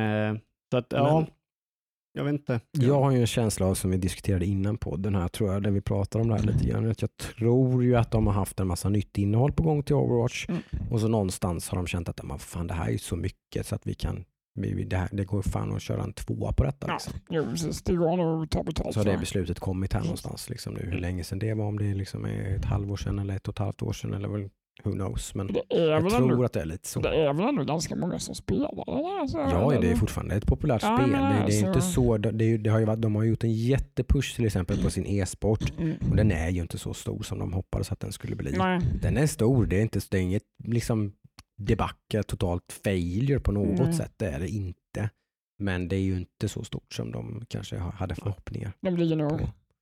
Så att jag vet inte. Jag har ju en känsla av, som vi diskuterade innan podden här, tror jag, där vi pratar om det här lite grann, att jag tror ju att de har haft en massa nytt innehåll på gång till Overwatch och så någonstans har de känt att fan, det här är så mycket så att vi kan det går fan att köra en 2 på detta. Liksom. Ja, precis. Det går nog att ta betalt. Så har det beslutet kommit här någonstans liksom nu. Hur länge sedan det var, om det liksom är ett halvår sedan eller 1,5 år sedan eller väl, who knows. Men jag tror att det är lite så. Det är väl ändå ganska många som spelar. Alltså, ja, det är fortfarande ett populärt spel. Det är inte så, de har gjort en jättepush till exempel på sin e-sport och den är ju inte så stor som de hoppades att den skulle bli. Nej. Den är stor, det är inget liksom debacle, totalt failure på något sätt, det är det inte. Men det är ju inte så stort som de kanske hade förhoppningar. De blir nog.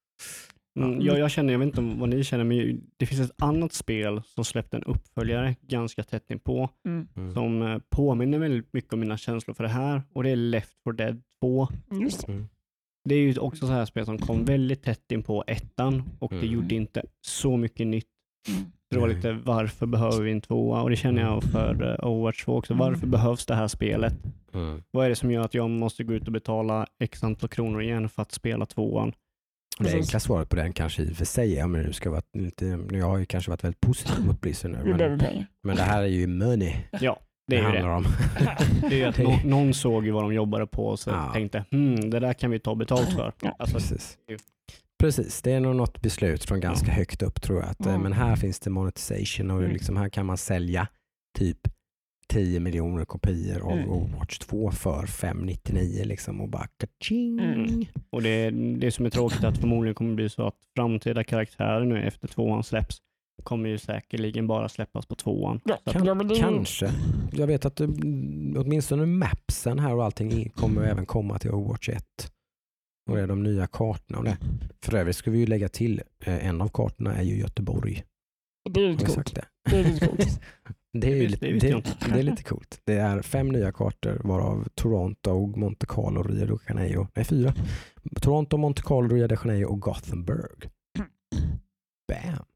Jag vet inte vad ni känner, men det finns ett annat spel som släppte en uppföljare ganska tätt inpå som påminner väldigt mycket om mina känslor för det här, och det är Left 4 Dead 2. Just det. Det är ju också så här spel som kom väldigt tätt in på 1:an och det gjorde inte så mycket nytt. Det var lite, varför behöver vi en 2? Och det känner jag för Overwatch 2 också. Varför behövs det här spelet? Vad är det som gör att jag måste gå ut och betala x antal kronor igen för att spela 2:an? Det enkla svaret på den kanske i och för sig är, men nu ska vara lite, jag har ju kanske varit väldigt positiv mot Blizzard nu, men det här är ju money. Ja, det är ju det. Om. Det är ju att någon såg ju vad de jobbade på och så tänkte, det där kan vi ta betalt för. Alltså, Precis, det är nog något beslut från ganska högt upp, tror jag. Att, men här finns det monetization och liksom här kan man sälja typ 10 miljoner kopior av Overwatch 2 för 599 liksom, och bara kaching. Och det som är tråkigt att förmodligen kommer bli så att framtida karaktärer nu efter 2:an släpps kommer ju säkerligen bara släppas på 2:an. Kanske. Jag vet att åtminstone mapsen här och allting kommer även komma till Overwatch 1. Och det är de nya kartorna och det. För övrigt ska vi ju lägga till, en av kartorna är ju Göteborg. Det är lite coolt. Det är lite coolt. Det är lite coolt. Det är 5 nya kartor, varav Toronto, Monte Carlo, Rio de Janeiro. Nej, 4. Toronto, Monte Carlo, Rio de Janeiro och Gothenburg. Bam!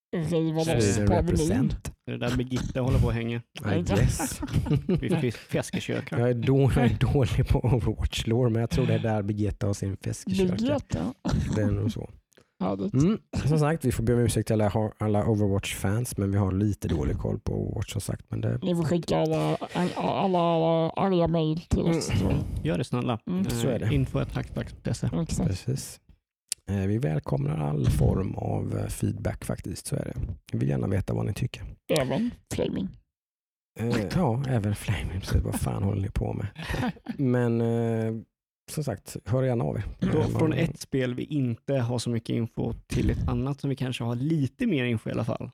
Represent. Det är där Birgitta håller på att hänga. Yes. Vid fiskekörka. Jag är dålig på Overwatch-lore, men jag tror det är där Birgitta har sin fiskekörka. Det är nog så. Som sagt, vi får be om ursäkt till alla Overwatch-fans, men vi har lite dålig koll på Overwatch, som sagt. Men det... Ni får skicka alla arga mejl till oss. Gör det snälla. Så är det. info@hackback.se. Precis. Vi välkomnar all form av feedback faktiskt, så är det. Vi vill gärna veta vad ni tycker. Även Flaming. Ja, även Flaming. Så vad fan håller ni på med? Men som sagt, hör gärna av er. Då, från ett spel vi inte har så mycket info till ett annat som vi kanske har lite mer info i alla fall.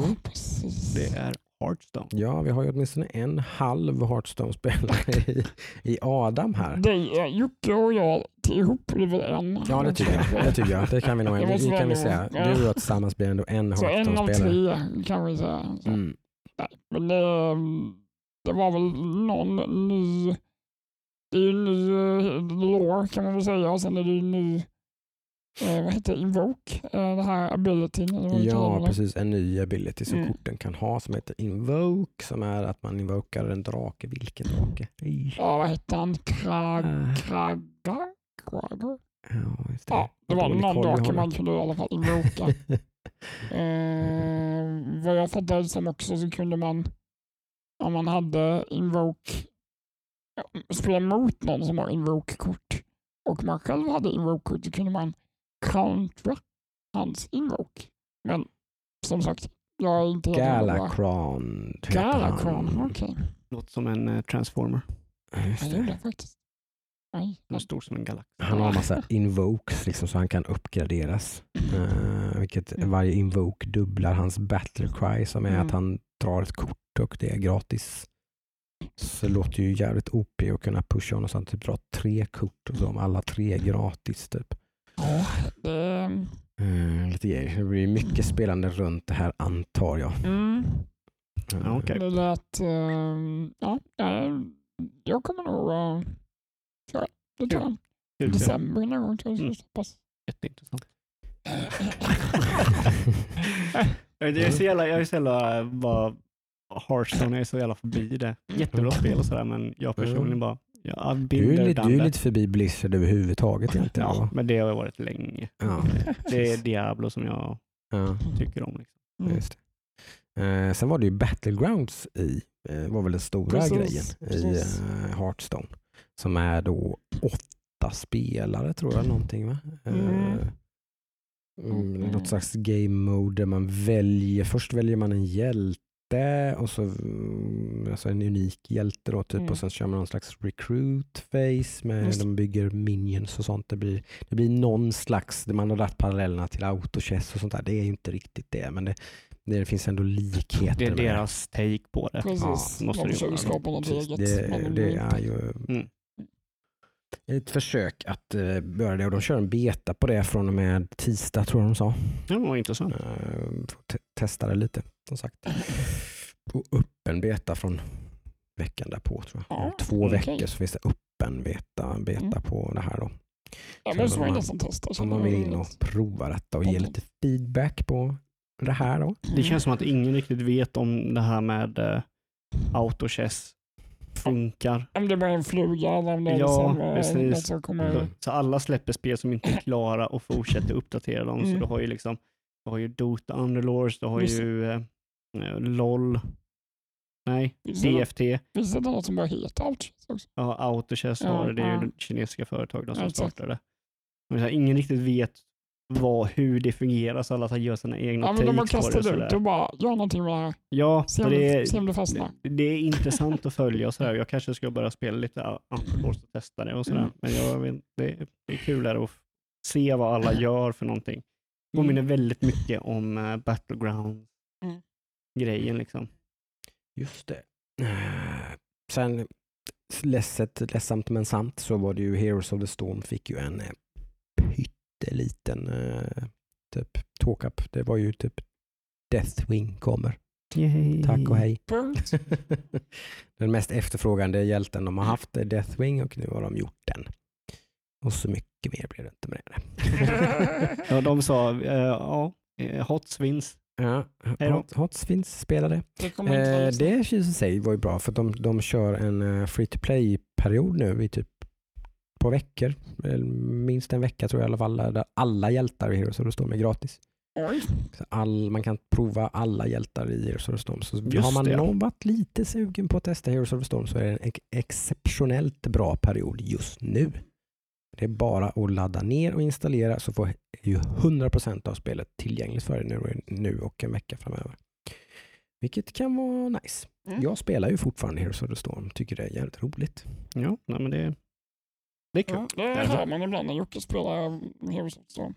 Det är Hearthstone. Ja, vi har ju åtminstone en halv Hearthstone-spelare i Adam här. Det är Jocke och jag ihop blir en. Ja, det tycker jag. Det kan vi nog kan vi säga. Du och jag tillsammans blir ändå en Hearthstone-spelare. Så 1 av 3 kan vi säga. Nej, men det var väl någon ny... Det är ju ny lore kan man väl säga, och sen är det ju ny vad heter Invoke, det här ability. Ja, precis, en ny ability som korten kan ha som heter Invoke, som är att man invokar en drake. Vilken drake? Ja, vad heter han? Kragar? Ja, det var någon drake man kunde i alla fall invoka. Vad jag fattade som också så kunde man, om man hade Invoke, spela mot någon som har Invoke-kort och man själv hade Invoke-kort, så kunde man contra hans Invoke. Men som sagt, jag är inte Galakron. Galakron, okej. Låter som en transformer. Just det. Det faktiskt. Nej. Han är stor som en galax. Han har en massa invokes liksom, så han kan uppgraderas. Varje invoke dubblar hans battle cry, som är att han drar ett kort och det är gratis. Så det låter ju jävligt OP att kunna pusha honom, så han typ drar 3 kort och så, om alla 3 gratis typ. Ja, lite grejer. Det blir mycket spelande runt det här, antar jag. Okay. Det lät, jag kommer nog köra det tror jag. December någon gång tror jag. Jätteintressant. Jag är så jävla bara Hearthstone, jag är så jävla förbi det. Jättebra spel och sådär, men jag personligen bara du är lite förbi Blizzard överhuvudtaget egentligen. Ja, men det har varit länge. Ja. Det är Diablo som jag tycker om. Liksom. Just det. Sen var det ju Battlegrounds var väl den stora grejen i Hearthstone. Som är då 8 spelare tror jag någonting, va? Något slags game mode där man först väljer man en hjälte och så alltså en unik hjälte då typ, och sen kör man någon slags recruit phase med de bygger minions och sånt. Det blir någon slags, där man har dragit parallellerna till autochess och sånt där. Det är ju inte riktigt det, men det finns ändå likheter. Det är deras take på det. Precis. Ja, måste de skapa något eget. Det är ju ett försök att börja det, och de kör en beta på det från och med tisdag tror jag de sa. Ja, det var intressant. Testa det lite, som sagt. Och öppen beta från veckan därpå tror jag. Ja, 2 veckor så finns det öppen beta på det här då. Ja, men så var det nästan testa. Om man vill in och prova detta och ge lite feedback på det här då. Det känns som att ingen riktigt vet om det här med autochess funkar. Om det bara är en fluga eller om det är precis. Som kommer... Så alla släpper spel som inte är klara och fortsätter uppdatera dem. Så du har ju liksom, du har ju Dota Underlords, du har ju LOL. Nej, DFT. Visst är det något som bara heter Autochess också? Ja, Autochess har det är ju det kinesiska företag som startade. Men ingen riktigt vet hur det fungerar, så alla gör sina egna takes på det. Men de har kastat ut och bara gör någonting med det här. Ja, se om det fastnar. Det är intressant att följa och sådär. Jag kanske ska börja spela lite och testa det och sådär. Men det är kul att se vad alla gör för någonting. Det påminner väldigt mycket om Battleground-grejen liksom. Just det. Sen ledsamt men sant så var det ju Heroes of the Storm fick ju en pytteliten typ talk-up. Det var ju typ Deathwing kommer. Yay. Tack och hej. Den mest efterfrågande hjälten de har haft är Deathwing, och nu har de gjort den. Och så mycket mer blir det inte med det. Ja, de sa Hotsvins. Ja, Hotsvins spelade. Det i sig var ju bra, för de kör en free-to-play-period nu i typ på veckor. Minst en vecka tror jag i alla fall, där alla hjältar i Heroes of the Storm är gratis. Så man kan prova alla hjältar i Heroes of the Storm. Så har man varit lite sugen på att testa Heroes of the Storm så är det en exceptionellt bra period just nu. Det är bara att ladda ner och installera, så får ju 100% av spelet tillgängligt för er nu och en vecka framöver. Vilket kan vara nice. Jag spelar ju fortfarande Heroes of the Storm. Tycker det är jävligt roligt. Ja, men det är kul. Ja, det hör man ibland när Jocke spelar Heroes of the Storm.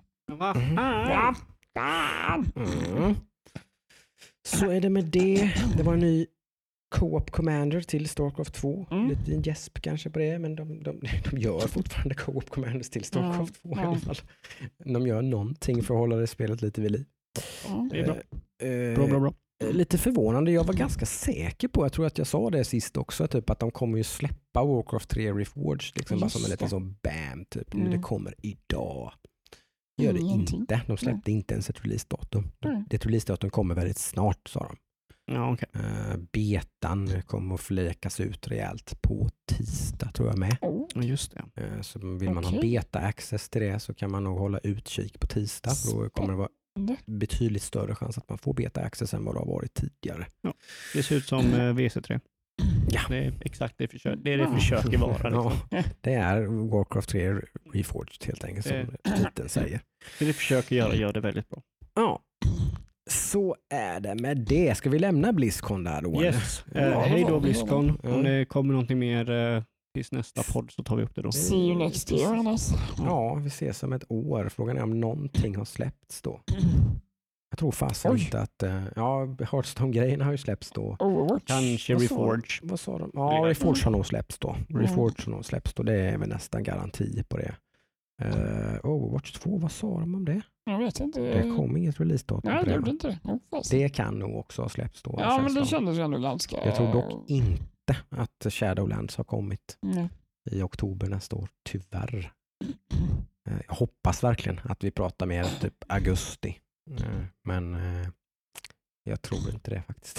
Så är det med det. Det var en ny Co-op Commander till Starcraft 2. Lite gäsp kanske på det, men de gör fortfarande Co-op Commanders till Starcraft 2 i alla fall. De gör någonting för att hålla det spelet lite vid liv. Det är bra. Lite förvånande. Jag var ganska säker på, jag tror att jag sa det sist också, typ att de kommer ju släppa Warcraft 3 Reforged liksom, bara som en liten sån bam typ. Det kommer idag. Gör det inte. De släppte inte ens ett releasedatum. Det releasedatum kommer väldigt snart, sa de. Ja, okay. Betan kommer att fläkas ut rejält på tisdag tror jag med. Just det. Så vill man ha beta access till det så kan man nog hålla utkik på tisdag. Då kommer det vara betydligt större chans att man får beta access än vad det har varit tidigare. Ja, det ser ut som WC3. Ja. Det är exakt det försöker vara. Liksom. Ja, det är Warcraft 3 Reforged helt enkelt som titeln säger. Det försöker gör det väldigt bra. Ja, så är det med det. Ska vi lämna BlizzCon där då? Yes. Hej då BlizzCon. Om det kommer någonting mer tills nästa podd så tar vi upp det då. See you next year, Hannes. Ja, vi ses om ett år. Frågan är om någonting har släppts då. Jag tror fast inte att... Hearthstone-grejerna har ju släppts då. Kanske Reforged. Vad sa de? Ja, Reforged har nog släppts då. Reforged har nog släppts då. Det är väl nästan garanti på det. Overwatch 2, vad sa de om det? Jag vet inte. Det kom inget release-datum Nej, på det det. gjorde inte det. Det kan nog också ha släppts då. Ja, men det kändes ju ändå ganska... Jag tror dock inte att Shadowlands har kommit i oktober nästa år, tyvärr. Jag hoppas verkligen att vi pratar mer typ augusti. Men jag tror inte det faktiskt.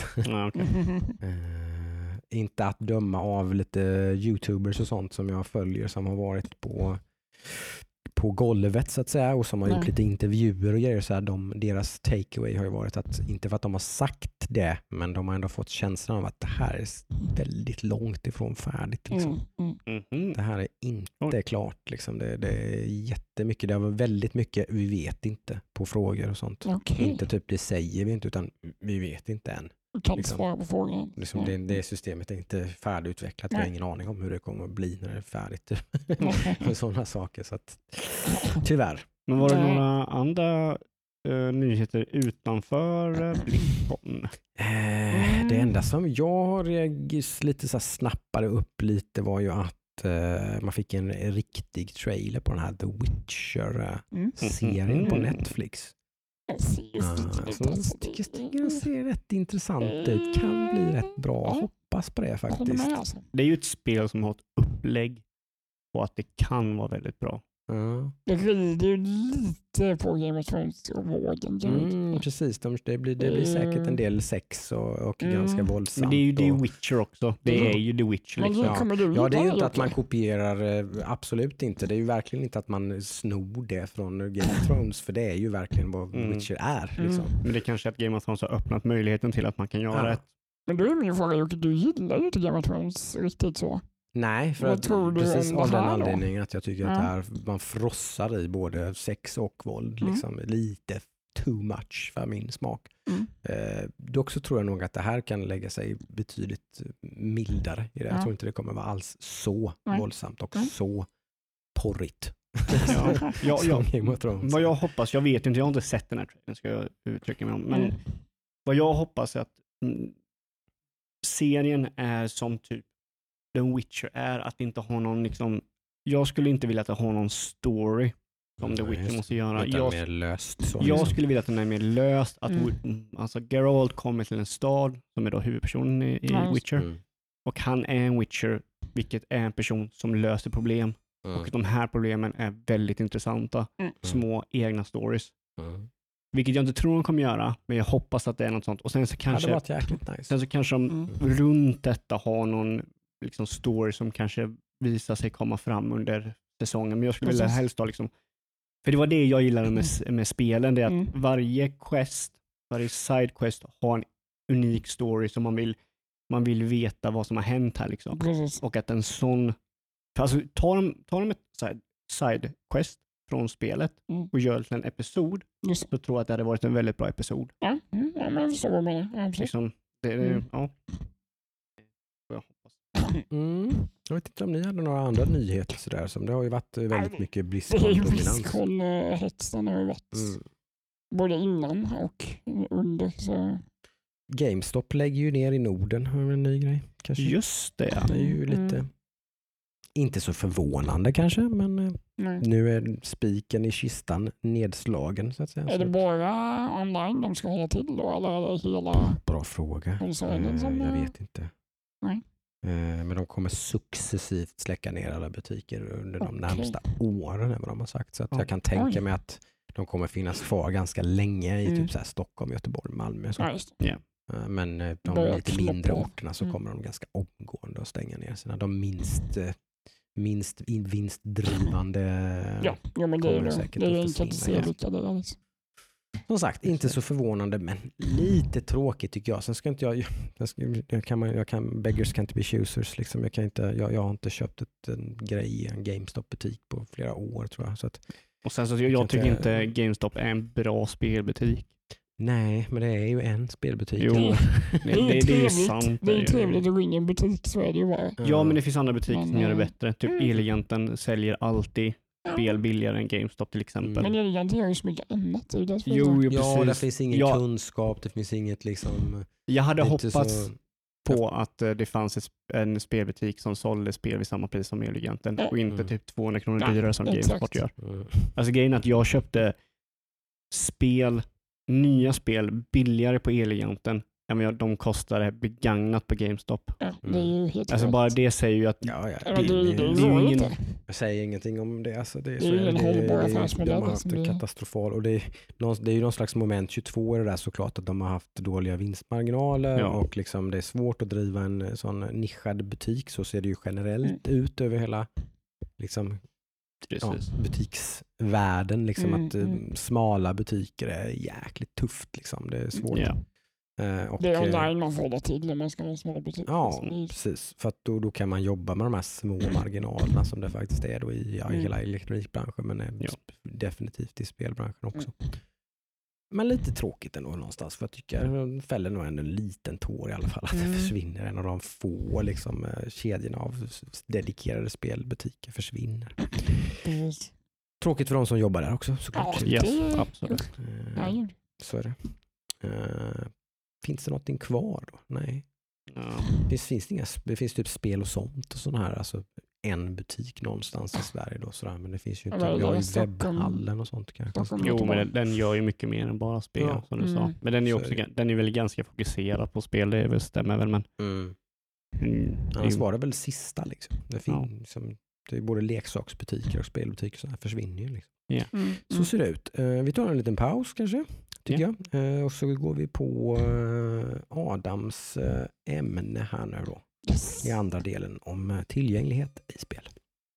Inte att döma av lite YouTubers och sånt som jag följer som har varit på golvet så att säga och som har gjort lite intervjuer och grejer så här, deras takeaway har ju varit att inte för att de har sagt det men de har ändå fått känslan av att det här är väldigt långt ifrån färdigt liksom. Det här är inte klart liksom. Det är jättemycket, det var väldigt mycket vi vet inte på frågor och sånt. Inte typ det säger vi inte utan vi vet inte än. Kan inte svara på frågan. Liksom det systemet är inte färdigutvecklat. Jag har ingen aning om hur det kommer att bli när det är färdigt. Sådana saker. Så att, tyvärr. Men var det några andra nyheter utanför BlizzCon? Det enda som jag lite så snappade upp lite var ju att man fick en riktig trailer på den här The Witcher-serien på Netflix. Jag tycker den ser rätt intressant ut. Kan bli rätt bra. Hoppas på det faktiskt. Det är ju ett spel som har ett upplägg på att det kan vara väldigt bra. Det rider ju lite på Game of Thrones och vågen. Precis, det blir säkert en del sex och ganska våldsamt. Men det är ju The Witcher också. Det är ju The Witcher. Liksom. Ja, det är ju inte att man kopierar, absolut inte. Det är ju verkligen inte att man snor det från Game of Thrones, för det är ju verkligen vad The Witcher är. Liksom. Men det är kanske att Game of Thrones har öppnat möjligheten till att man kan göra det. Men då är min fråga, Jocke, du gillar ju inte Game of Thrones riktigt så. Nej, för att precis av den anledningen att jag tycker att man frossar i både sex och våld. Liksom, lite too much för min smak. Dock så tror jag nog att det här kan lägga sig betydligt mildare i det. Jag tror inte det kommer vara alls så våldsamt och så porrigt. Vad jag hoppas, jag vet inte, jag har inte sett den här trailern ska jag uttrycka mig om. Men vad jag hoppas är att serien är som typ The Witcher är, att inte ha någon liksom, jag skulle inte vilja att det har någon story som The Witcher måste göra. Jag skulle vilja att den är mer löst, att alltså Geralt kommer till en stad som är då huvudpersonen i Witcher och han är en Witcher, vilket är en person som löser problem och de här problemen är väldigt intressanta, små egna stories. Vilket jag inte tror de kommer göra, men jag hoppas att det är något sånt. Och sen så kanske, nice. Sen så kanske de runt detta har någon liksom story som kanske visar sig komma fram under säsongen. Men jag skulle vilja helst ha liksom, för det var det jag gillade med spelen, det är att varje side quest har en unik story som man vill veta vad som har hänt här liksom. Och att en sån, alltså tar de ett side quest från spelet och gör till en episod, så tror jag att det hade varit en väldigt bra episod. Ja, men så var det. Liksom, jag hoppas. Jag vet inte om ni hade några andra nyheter så där, som det har ju varit väldigt mycket BlizzCon-dominans. BlizzCon-hetsen har ju varit både innan och under. Så. GameStop lägger ju ner i Norden, har en ny grej. Kanske. Just det. Det är ju lite inte så förvånande kanske, men nu är spiken i kistan nedslagen så att säga. Är det bara online de ska hålla till då, eller är det hela? Bra fråga. Jag vet inte. Nej. Men de kommer successivt släcka ner alla butiker under de närmsta åren, vad de har sagt. Så att jag kan tänka mig att de kommer finnas kvar ganska länge i typ så här Stockholm, Göteborg, Malmö. Så. Men de lite mindre orterna så kommer de ganska omgående att stänga ner sina. De minst vinstdrivande men det är enkelt att se vilka det är. Som sagt, inte så förvånande, men lite tråkigt tycker jag. Sen ska inte jag kan beggars can't be choosers. Liksom. Jag har inte köpt en grej i en GameStop-butik på flera år tror jag. Så att, och sen så jag tycker inte GameStop är en bra spelbutik. Nej, men det är ju en spelbutik. Jo, det är ju sant. Det är trevligt att gå in i en butik, så är det ju bara. Ja, men det finns andra butiker som gör det bättre. Typ Elgiganten säljer alltid spel billigare än GameStop till exempel. Men Elgiganten gör ju så mycket annat. Jo, det finns ingen kunskap, det finns inget liksom... Jag hade hoppats på att det fanns en spelbutik som sålde spel vid samma pris som Elgiganten och inte typ 200 kronor dyrare som GameSpot gör. Alltså grejen är att jag köpte nya spel billigare på Elgiganten än vad de kostade begagnat på GameStop. Ja, det är ju helt alltså bara det säger ju att det är ingen, jag säger ingenting om det. Alltså det är en hållbar affärsmodell. De har haft katastrofal och det är ju någon slags moment 22 är det där såklart att de har haft dåliga vinstmarginaler och liksom det är svårt att driva en sån nischad butik, så ser det ju generellt ut över hela liksom butiksvärlden liksom att smala butiker är jäkligt tufft liksom. Det är svårt. Och, det är online man får det till när man ska ha en smal butik. Ja, precis. För att då kan man jobba med de här små marginalerna som det faktiskt är då i hela elektronikbranschen, men definitivt i spelbranschen också. Men lite tråkigt ändå någonstans, för jag tycker fäller nog en liten tår i alla fall att det försvinner. En av de få liksom, kedjorna av dedikerade spelbutiker försvinner. Tråkigt för de som jobbar där också såklart. Absolut. Så är det. Finns det någonting kvar då? Nej. Det finns typ spel och sånt och sådana här, alltså en butik någonstans i Sverige då sådär, men det finns ju inte. Vi har ju webbhallen och sånt kanske. Jo, men den gör ju mycket mer än bara spel som du sa. Men den är ju också den är väl ganska fokuserad på spel, det stämmer väl, men annars var det väl sista liksom. Det finns det är både leksaksbutiker och spelbutiker så här försvinner ju liksom. Så ser det ut. Vi tar en liten paus kanske, tycker jag. Och så går vi på Adams ämne här nu då. I andra delen om tillgänglighet i spel.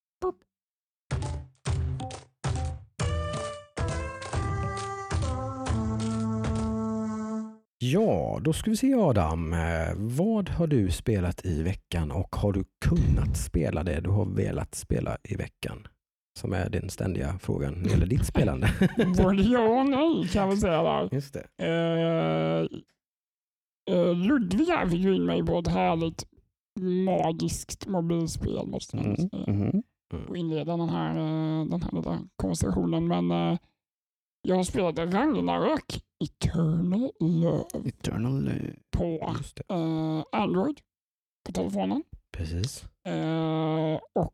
Ja, då ska vi se Adam. Vad har du spelat i veckan och har du kunnat spela det du har velat spela i veckan? Som är den ständiga frågan när det gäller ditt spelande. Både ja och nej kan man säga där. Just det. Ludvig här fick ju in mig på ett härligt magiskt mobilspel måste man säga. Och inleda den här lilla konversationen. Men jag har spelat Ragnarök Eternal Love på Android på telefonen. Precis. Och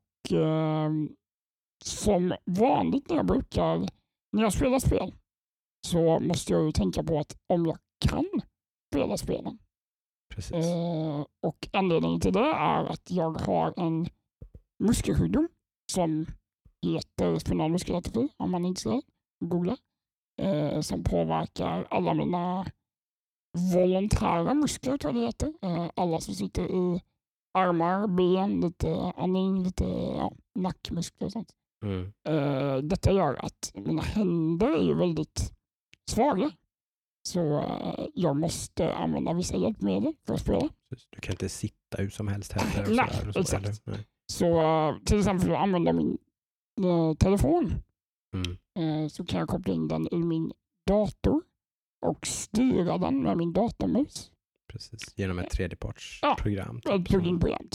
som vanligt när jag spelar spel så måste jag ju tänka på att om jag kan spela spelen. Precis. Och anledningen till det är att jag har en muskelsjukdom som heter spinal muskelatrofi, om man inte ser googla, som påverkar alla mina volontära muskler, tror jag det heter. Alla som sitter i armar, ben, lite andning, lite nackmuskler och sånt. Detta gör att mina händer är ju väldigt svaga. Så jag måste använda vissa hjälpmedel för att spela. Du kan inte sitta hur som helst heller. Nej, exakt. Så till exempel för att använda min telefon så kan jag koppla in den i min dator och styra den med min datormus. Precis, genom ett tredjepartsprogram. Ja, ett plugin-program.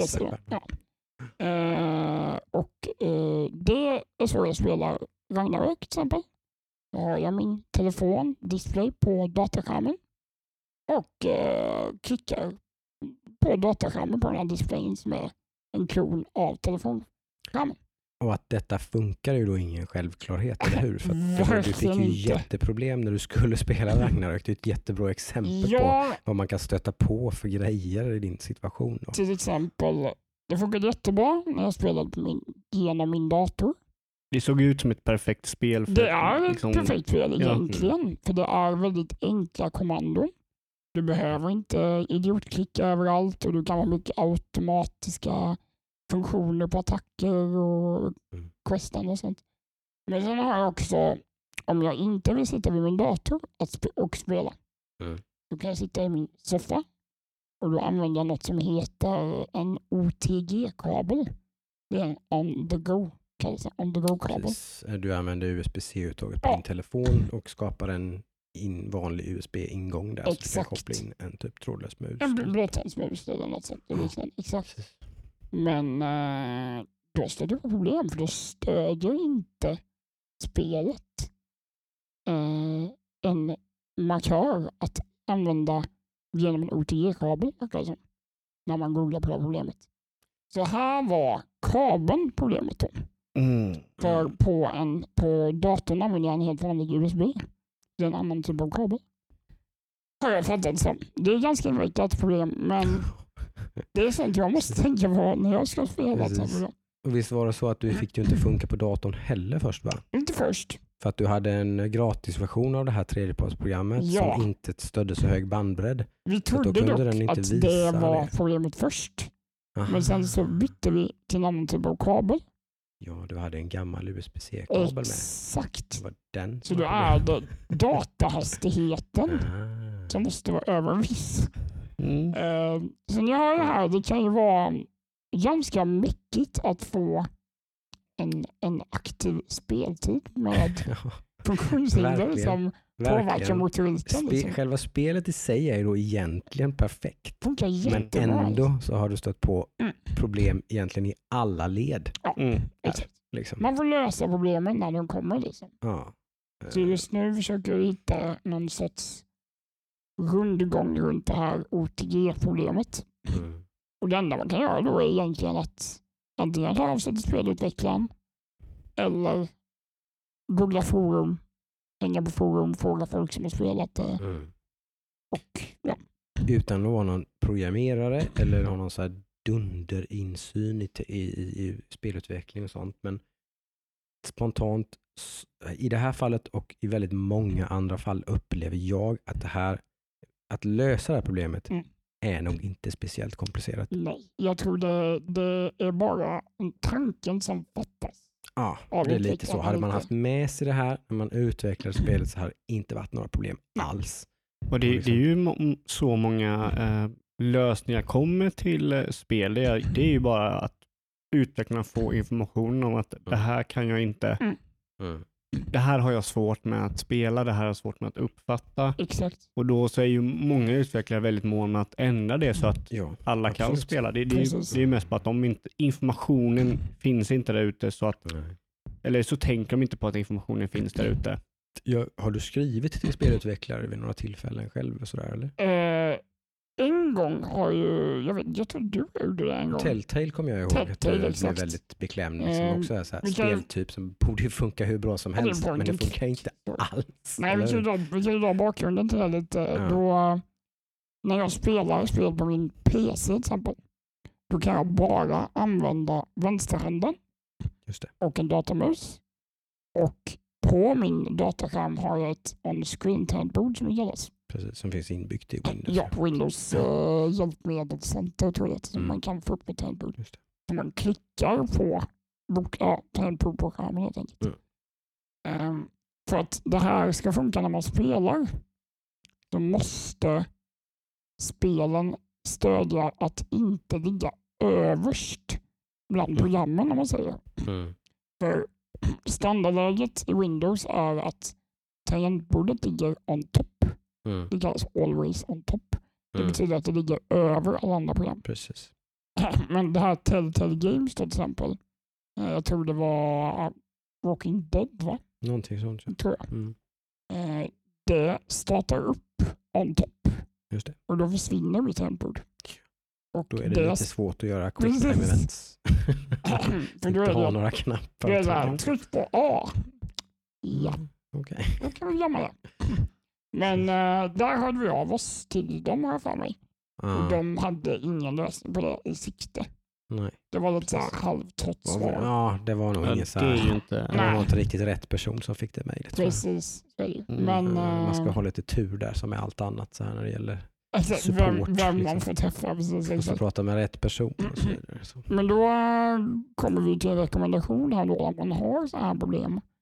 Och det är så jag spelar Ragnarök till exempel. Då har jag min telefon, display på dataskärmen och klickar på dataskärmen på den här displayen som är en klon av telefonskärmen. Och att detta funkar ju då ingen självklarhet, eller hur? För du fick ju jätteproblem när du skulle spela Ragnarök. Det är ett jättebra exempel på vad man kan stöta på för grejer i din situation. Då. Till exempel, det funkade jättebra när jag spelade genom min dator. Det såg ut som ett perfekt spel. Det är ett perfekt spel egentligen. För det är väldigt enkla kommandon. Du behöver inte idiotklicka överallt och du kan ha mycket automatiska funktioner på attacker och questande och sånt. Men sen har jag också om jag inte vill sitta vid min dator och spela, då kan jag sitta i min soffa och då använder jag något som heter en OTG-kabel. Det är en on-the-go, kallas det, on-the-go-kabel. Du använder USB-C-uttaget på din telefon och skapar en vanlig USB-ingång där. Exakt. Så du kan koppla in en typ trådlös mus. En bluetooth-mus eller något sånt. Exakt. Men då stöter det på problem, för då stödjer inte spelet en markör att använda genom en OTG-kabel när man googlar på det problemet. Så här var kabeln problemet då. För på datorn använder jag en helt vanlig USB. Det är en annan typ av kabel. Har jag fattat som. Det är ganska invecklat problem, men det är sånt jag måste tänka på när jag ska spela. Och visst var det så att du fick ju inte funka på datorn heller först, va? Inte först. För att du hade en gratisversion av det här tredjepartsprogrammet som inte stödde så hög bandbredd. Vi trodde dock att det var problemet först. Aha. Men sen så bytte vi till en annan typ av kabel. Ja, du hade en gammal USB-C-kabel med. Exakt. Det var den så då är det datahastigheten som måste vara över en viss. Så ni har det här, det kan ju vara ganska mäckigt att få en aktiv speltid med funktionshinder som påverkar motoriken. Själva spelet i sig är ju då egentligen perfekt. Men ändå så har du stött på problem egentligen i alla led. Liksom. Man får lösa problemen när de kommer. Liksom. Så just nu försöker jag hitta någon sorts rundgång runt det här OTG-problemet. Och det enda man kan göra då är egentligen att antingen ta av sig till spelutvecklaren eller googla forum, hänga på forum, fråga folk som har spelat det. Och, utan att vara någon programmerare eller ha någon så här dunderinsyn i spelutveckling och sånt. Men spontant i det här fallet och i väldigt många andra fall upplever jag att det här, att lösa det här problemet är nog inte speciellt komplicerat. Nej, jag tror det är bara tanken som fattas. Ja, det är lite så. Hade man haft med sig det här när man utvecklar spelet så har det inte varit några problem alls. Och det är ju så många lösningar kommer till spel. Det är ju bara att utvecklarna får information om att det här kan jag inte... Det här har jag svårt med att spela, det här har jag svårt med att uppfatta. Exakt. Och då så är ju många utvecklare väldigt måna att ändra det så att alla kan spela. Det är ju mest på att informationen finns inte där ute så att... Eller så tänker de inte på att informationen finns där ute. Har du skrivit till spelutvecklare vid några tillfällen själv? Sådär, eller? En gång har ju, jag tror du gjorde det en gång. Telltale kommer jag ihåg. Telltale, att det är väldigt beklämd. Som också är så här speltyp som borde funka hur bra som helst. Men det funkar inte alls. Nej, vi kan ju dra bakgrunden till det lite. Då, när jag spelar spel på min PC till exempel, då kan jag bara använda vänsterhanden och en datamus. Och på min dataskärm har jag ett on-screen-tangentbord som det kallas. Precis, som finns inbyggt i Windows. Ja, Windows hjälpmedelscenter tror jag som man kan få upp ett tangentbord. Så man klickar på tangentbord på skärmen helt enkelt. För att det här ska funka när man spelar så måste spelen stödja att inte ligga överst bland programmen om man säger. För standardläget i Windows är att tangentbordet ligger on top. Det kallas always on top. Det betyder att det ligger över alla andra program. Precis. Men det här Telltale Games till exempel, jag tror det var Walking Dead, va? Någonting sånt. Tror jag. Det startar upp on top. Just det. Och då försvinner mitt tangentbord. Och då är det lite svårt att göra quick time events. För då är ha några knappar. Det är där, tryck på A. Ja. Okej. Då kan vi glömma det. Men där hörde vi av oss till dem här för mig. Och de hade ingen lösning på det i sikte. Nej. Det var lite så här halvtrott svar. Ja, det var nog ingen så här. Det var nog inte riktigt rätt person som fick det mejlet. Precis. Men man ska ha lite tur där som är allt annat så här när det gäller support. Vem man får träffa. Och så prata med rätt person och så vidare. Så. Men då kommer vi till en rekommendation här då om man har så här problem.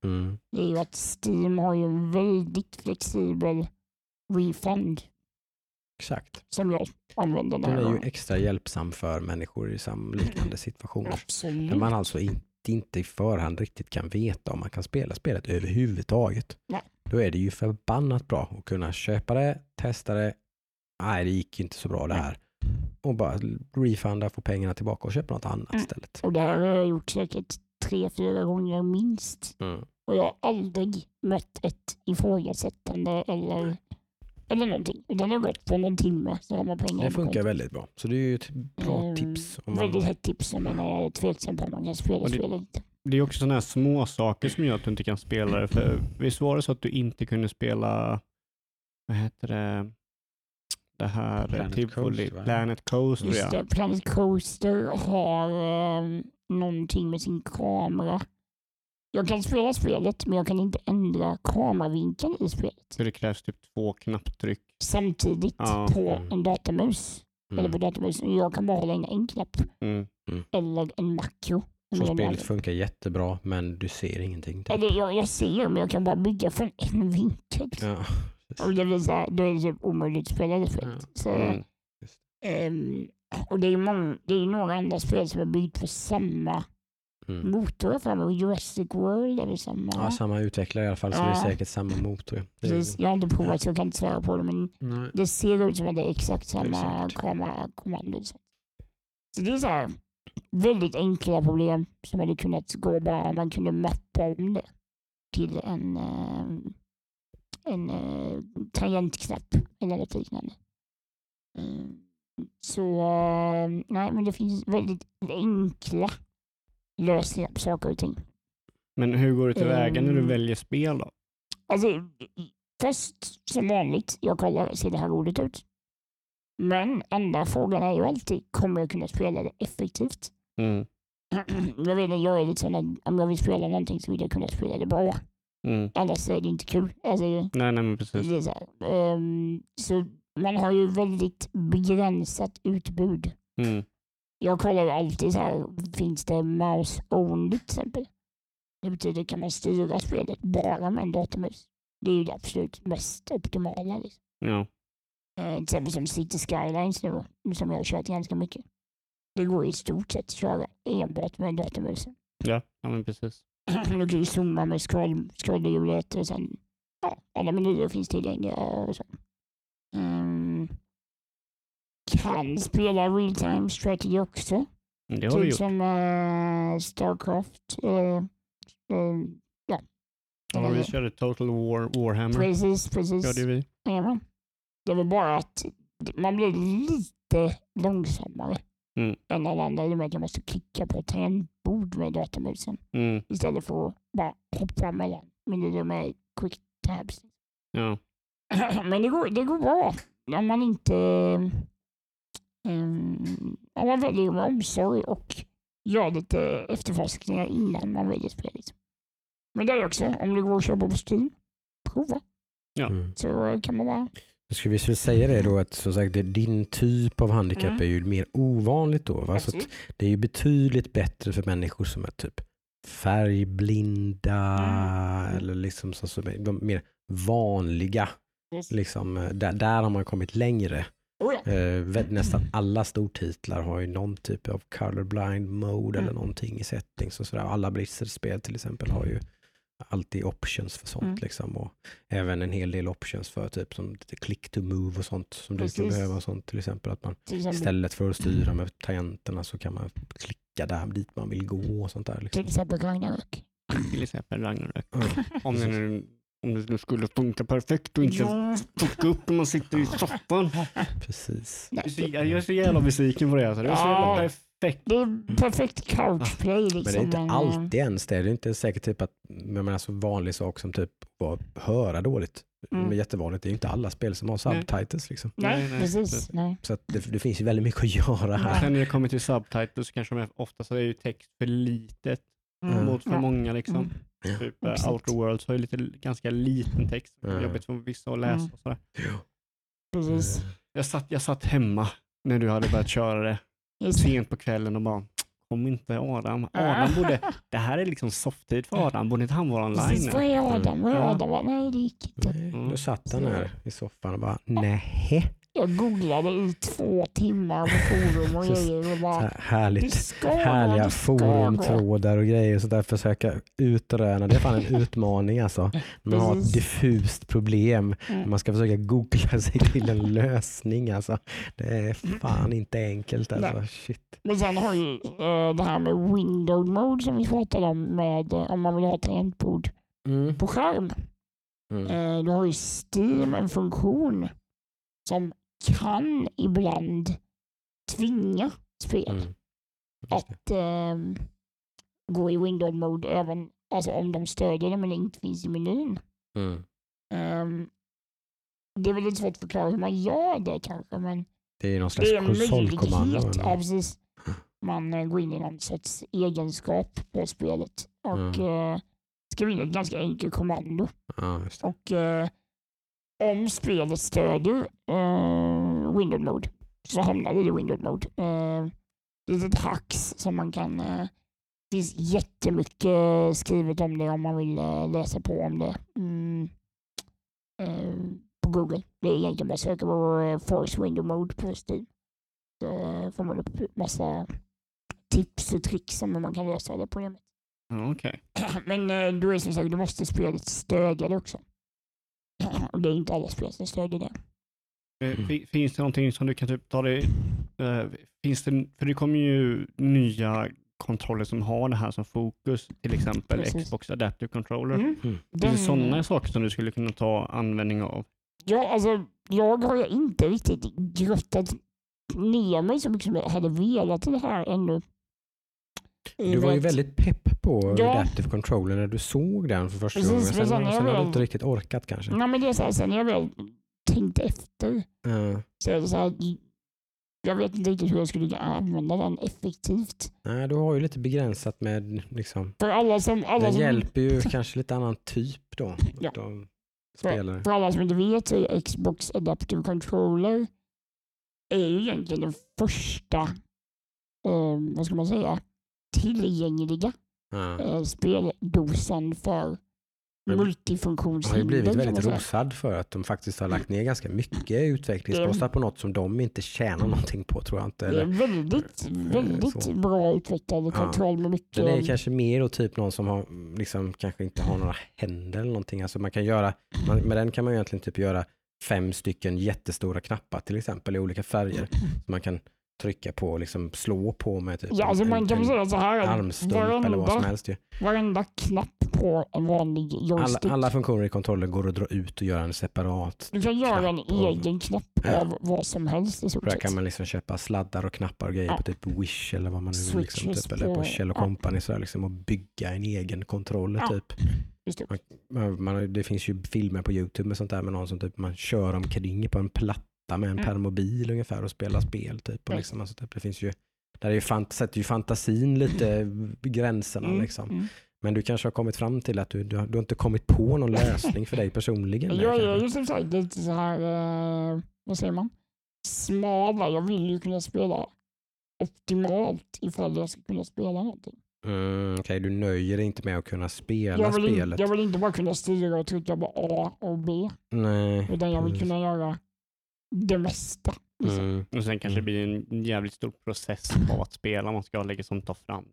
Det är ju att Steam har ju en väldigt flexibel refund. Exakt. Som jag använder den är ju extra hjälpsam för människor i liknande situationer. Absolut. När man alltså inte i förhand riktigt kan veta om man kan spela spelet överhuvudtaget. Nej. Då är det ju förbannat bra att kunna köpa det, testa det. Nej, det gick inte så bra det här. Och bara refunda, få pengarna tillbaka och köpa något annat istället. Och det här har jag gjort säkert 3-4 gånger minst. Och jag har aldrig mött ett ifrågasättande eller någonting. Och den har gått på någon timme så har man pengar. Det funkar väldigt bra. Så det är ju ett bra tips. Väldigt hett tips om man är tveksam på om man kan spela spelet. Det är också sådana här små saker som gör att du inte kan spela det. För visst var det så att du inte kunde spela, vad heter det här Planet Coaster. Just det, Planet Coaster har någonting med sin kamera. Jag kan spela spelet, men jag kan inte ändra kameravinkeln i spelet. Så det krävs typ 2 knapptryck. Samtidigt på en datamus. Eller på datamusen. Jag kan bara hålla in en knapp. Eller en makro. Så spelet funkar jättebra, men du ser ingenting. Typ. Eller jag ser, men jag kan bara bygga från en vinkel. Ja. Och det är så omöjligt att spela det spelet. Så, och det är några andra spel som är byggt på samma motor framme. Jurassic World eller samma. Ja, samma utvecklare i alla fall, så det är säkert samma motor. Jag har inte provat så jag kan inte svara på det, men det ser ut som att det är exakt samma kamerakommando. Så det är så här väldigt enkla problem som hade kunnat gå bara om man kunde mappa om det till en tangentknapp eller något liknande. Nej, men det finns väldigt enkla lösningar på saker och ting. Men hur går du tillväga när du väljer spel då? Alltså, först som vanligt, jag kollar, ser det här roligt ut? Men andra frågan är ju alltid, kommer jag kunna spela det effektivt? Jag vet att jag är lite sån att om jag vill spela någonting så vill jag kunna spela det bra. Annars är det inte kul. Alltså, nej, men precis. Det är så här. Så man har ju väldigt begränsat utbud. Jag kollar ju alltid så här, finns det mouse only till exempel? Det betyder kan man styra spelet bara med en datamus. Det är ju det absolut mest optimala. Liksom. Ja. Till exempel som City Skylines nu, som jag har kört ganska mycket. Det går i stort sett att köra enbart med en datamus. Ja, men precis. Du kan ju zooma med scrollhjulet och sen alla menyer finns tillgängliga och så. Kan spela real-time strategy också. Det har vi gjort. Som Starcraft. Ja, vi körde Total Warhammer. Precis. Ja, det är vi. Ja, det är väl bara att man blir lite långsammare än alla andra. Det är att jag måste klicka på tangentbord med datamusen. Istället för att bara hoppa mellan. Men det är med quick tabs. Ja. Men det går bra. Om man inte om man väljer med omsorg och gör lite efterforskningar innan man väljer spelet. Men det är också, om det går att köpa på Steam, prova. Ja. Så kan man bara... Ska vi säga det då att som sagt, din typ av handikapp är ju mer ovanligt då. Va? Så att det är ju betydligt bättre för människor som är typ färgblinda eller liksom så de mer vanliga. Liksom, där har man kommit längre. Nästan alla stortitlar har ju någon typ av colorblind mode eller någonting i settings och sådär. Alla Blizzard-spel till exempel har ju alltid options för sånt liksom, och även en hel del options för typ som click to move och sånt som du kan behöva, sånt till exempel att man istället för att styra med tangenterna så kan man klicka där dit man vill gå och sånt där liksom. Till exempel Ragnarök. Om det skulle funka perfekt och inte fucka upp när man sitter i soffan. Precis. Jag är så jävla besviken på det. Alltså. Det är så jävla perfekt. Det är perfekt couchplay. Liksom. Men det är inte alltid ens det. Det är inte säkert typ att så vanlig sak som typ att höra dåligt. Det är jättevanligt. Det är inte alla spel som har subtitles. Liksom. Nej, precis. Nej. Så att det finns ju väldigt mycket att göra här. Sen när det kommer till subtitles så kanske de ofta så är ju text för litet mot för många liksom. Typ Outer Worlds har ju ganska liten text. Jobbigt för vissa att läsa och sådär. Precis. Jag satt hemma när du hade börjat köra det sent på kvällen och bara kom inte Adam. Det här är liksom softtid för Adam. Borde inte han vara online? Precis, vad är Adam? Nej, det gick inte. Då satt han här i soffan och bara, nej. Jag googlade i 2 timmar på forum och grejer och bara, härliga forumtrådar och grejer, så där försöka utröna. Det är fan en utmaning alltså. Man har ett diffust problem. Man ska försöka googla sig till en lösning alltså. Det är fan inte enkelt alltså. Shit. Men sen har ju det här med window mode som vi pratade om, med om man vill ha tangentbord på skärm. Då har ju Steam en funktion som kan ibland tvinga spel att gå i window mode, även alltså om de stödjer det men inte finns i menyn. Det är väl lite svårt att förklara hur man gör det kanske, men det är någon slags konsolkommando. Ja, precis. Man går in i någon sorts egenskap på spelet och skriver in ett ganska enkelt kommando. Och om spelet stödjer window mode så hamnar det i window mode. Det är ett hacks som man kan... Det finns jättemycket skrivet om det om man vill läsa på om det på Google. Det är egentligen bara att söka på Force Window Mode på Steam. Så får man upp massa tips och tricks om hur man kan lösa det problemet. Okay. Men du är som sagt, du måste spelet stödja det också. Och det är inte alla spel som stödjer det. Finns det någonting som du kan typ ta det... finns det, för det kommer ju nya kontroller som har det här som fokus, till exempel Xbox Adaptive Controller. Finns det sådana saker som du skulle kunna ta användning av? Ja, alltså jag har inte riktigt grottat ner mig så mycket som jag hade velat till det här ännu. Du var ju väldigt pepp på Adaptive Controller när du såg den för första gången. Sen har du inte riktigt orkat kanske. Nej, men det är så här, sen jag väl tänkt efter. Så är det så här, jag vet inte riktigt hur jag skulle använda den effektivt. Nej, du har ju lite begränsat med liksom. För alla som hjälper ju kanske lite annan typ då. Ja. För alla som inte vet så är Xbox Adaptive Controller är ju egentligen den första vad ska man säga, tillgängliga speldosan för multifunktionshinder. De har ju blivit väldigt rosad för att de faktiskt har lagt ner ganska mycket utvecklingskostnader på något som de inte tjänar någonting på, tror jag inte. Det är väldigt bra utvecklad kontroll med mycket. Det är kanske mer då typ någon som har liksom kanske inte har några händer eller någonting. Alltså man kan göra, med den kan man egentligen typ göra 5 stycken jättestora knappar till exempel i olika färger. Så man kan trycka på och liksom slå på med typ alltså man kan säga så här, armstump eller vad som helst. Varenda knapp på en vanlig joystick. Alla funktioner i kontrollen går att dra ut och göra en separat. Du kan göra en egen knapp av vad som helst. Där kan man liksom köpa sladdar och knappar och grejer på typ Wish eller vad man nu vill liksom, typ, eller på Kjell & Company så liksom, och bygga en egen kontroller typ. Det finns ju filmer på YouTube med sånt där med någon som typ man kör omkring på en platta med en permobil ungefär och spela spel typ och liksom, alltså, typ, det finns ju där är ju sätter ju fantasin lite gränserna liksom. Men du kanske har kommit fram till att du har inte kommit på någon lösning för dig personligen. Jag är ju som sagt lite så här vad säger man? Smala. Jag vill ju kunna spela optimalt ifall jag ska kunna spela någonting. Okej, du nöjer dig inte med att kunna spela spelet. Jag vill inte bara kunna styra och trycka på A och B. Nej. Utan jag vill kunna göra det mesta. Liksom. Och sen kanske det blir en jävligt stor process av att spela. Man ska lägga som tar fram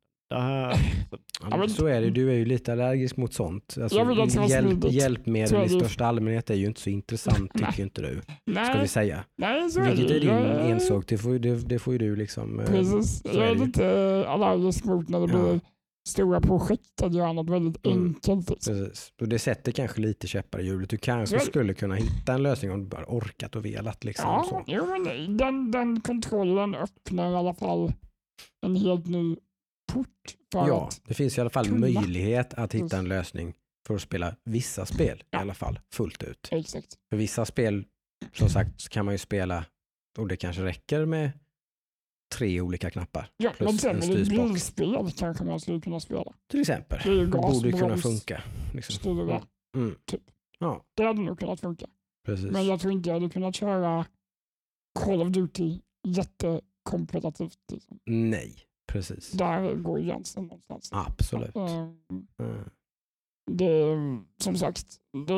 så är det. Du är ju lite allergisk mot sånt. Alltså, hjälpmedel i största allmänhet är ju inte så intressant tycker inte du. Ska vi säga. Nej, så vilket är din ensak. Det får ju du liksom. Precis. Jag är lite allergisk mot när det blir stora projekt att göra något väldigt enkelt. Precis. Och det sätter kanske lite käppar i hjulet. Du kanske skulle kunna hitta en lösning om du bara orkat och velat. Liksom, ja, så. Jo, men den kontrollen öppnar i alla fall en helt ny port. Det finns i alla fall möjlighet att hitta en lösning för att spela vissa spel i alla fall fullt ut. Exakt. För vissa spel, som sagt, kan man ju spela och det kanske räcker med 3 olika knappar. Ja, men sen med ett bilspel kanske man skulle kunna spela. Till exempel. Det borde kunna funka. Liksom. Typ. Ja. Det hade nog kunnat funka. Precis. Men jag tror inte jag hade kunnat köra Call of Duty jättekompetitivt. Liksom. Nej, Precis. Där går gränsen någonstans. Absolut. Det, som sagt,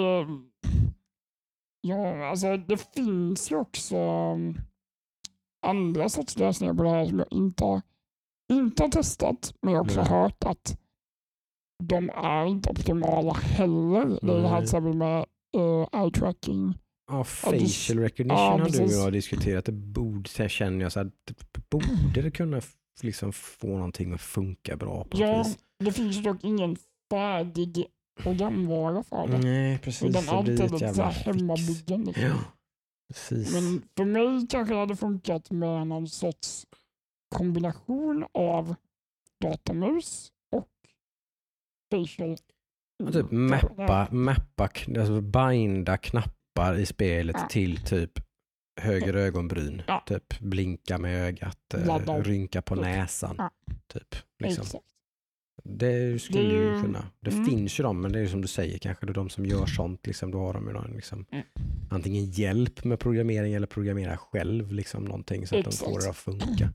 alltså det finns ju också andra sorts lösningar på det här som jag inte har testat, men jag har också hört att de är inte optimala heller. Det är det här till exempel med eye tracking. Ja, facial recognition har du och jag diskuterat. Jag känner så att borde det kunna liksom få någonting att funka bra på något vis. Det finns dock ingen färdig programvara för det. Nej, precis. Den är alltid lite så hemmabyggd. Liksom. Ja, precis. Men för mig kanske det hade funkat med någon sorts kombination av datamus och facial. Typ mappa, alltså binda knappar i spelet till typ höger ögonbryn. Typ blinka med ögat, rynka på näsan. Typ, liksom. Det skulle ju kunna. Det finns ju men det är som du säger kanske de som gör sånt liksom, då har de ju någon, liksom, antingen hjälp med programmering eller programmera själv liksom, någonting så att de får det att funka.